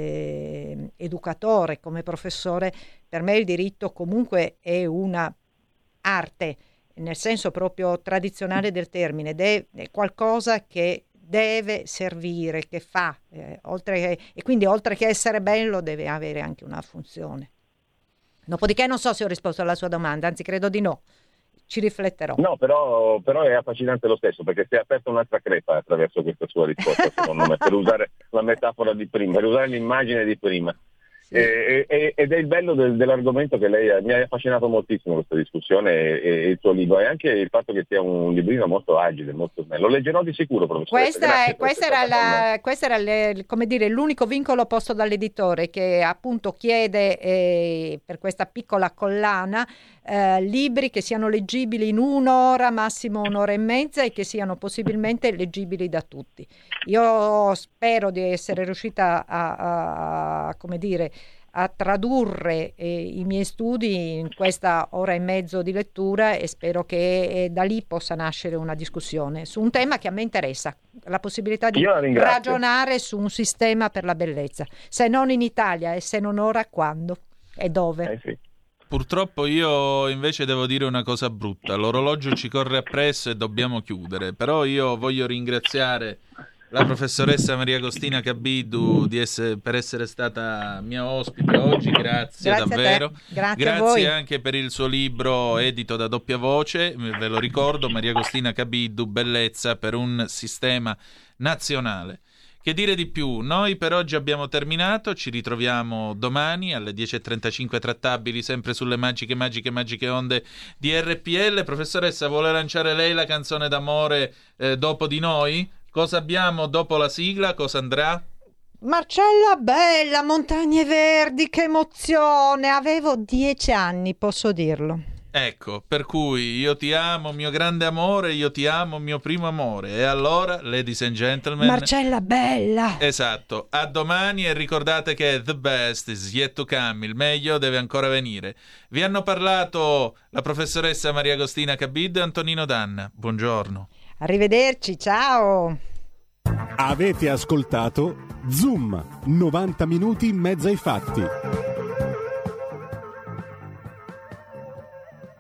eh, educatore, come professore, per me il diritto comunque è una arte, nel senso proprio tradizionale del termine, ed è, è qualcosa che deve servire, che fa, eh, oltre che, e quindi oltre che essere bello deve avere anche una funzione. Dopodiché non so se ho risposto alla sua domanda, anzi credo di no. Ci rifletterò. No, però, però è affascinante lo stesso, perché si è aperta un'altra crepa attraverso questa sua risposta, secondo me, per usare la metafora di prima, per usare l'immagine di prima. Sì. E, e, ed è il bello del, dell'argomento che lei mi ha affascinato moltissimo questa discussione e, e il suo libro, e anche il fatto che sia un librino molto agile, molto bello. Lo leggerò di sicuro, professore. Questa, è, questa era, la, questa era le, come dire, l'unico vincolo posto dall'editore, che appunto chiede eh, per questa piccola collana eh, libri che siano leggibili in un'ora, massimo un'ora e mezza, e che siano possibilmente leggibili da tutti. Io spero di essere riuscita a, a, a come dire, a tradurre eh, i miei studi in questa ora e mezzo di lettura, e spero che eh, da lì possa nascere una discussione su un tema che a me interessa, la possibilità di ragionare su un sistema per la bellezza, se non in Italia, e se non ora, quando e dove. Eh sì. Purtroppo io invece devo dire una cosa brutta, l'orologio ci corre appresso e dobbiamo chiudere, però io voglio ringraziare la professoressa Maria Agostina Cabiddu di essere, per essere stata mia ospite oggi, grazie, grazie davvero. Grazie, grazie a voi. Anche per il suo libro edito da Doppia Voce, ve lo ricordo, Maria Agostina Cabiddu, Bellezza per un sistema nazionale. Che dire di più? Noi per oggi abbiamo terminato, ci ritroviamo domani alle dieci e trentacinque trattabili, sempre sulle magiche, magiche, magiche onde di R P L. Professoressa, vuole lanciare lei la canzone d'amore eh, dopo di noi? Cosa abbiamo dopo la sigla? Cosa andrà? Marcella bella, montagne verdi, che emozione! Avevo dieci anni, posso dirlo. Ecco, per cui io ti amo, mio grande amore, io ti amo, mio primo amore. E allora, ladies and gentlemen... Marcella bella! Esatto, a domani, e ricordate che the best is yet to come, il meglio deve ancora venire. Vi hanno parlato la professoressa Maria Agostina Cabiddu e Antonino Danna. Buongiorno. Arrivederci, ciao! Avete ascoltato Zoom, novanta minuti in mezzo ai fatti.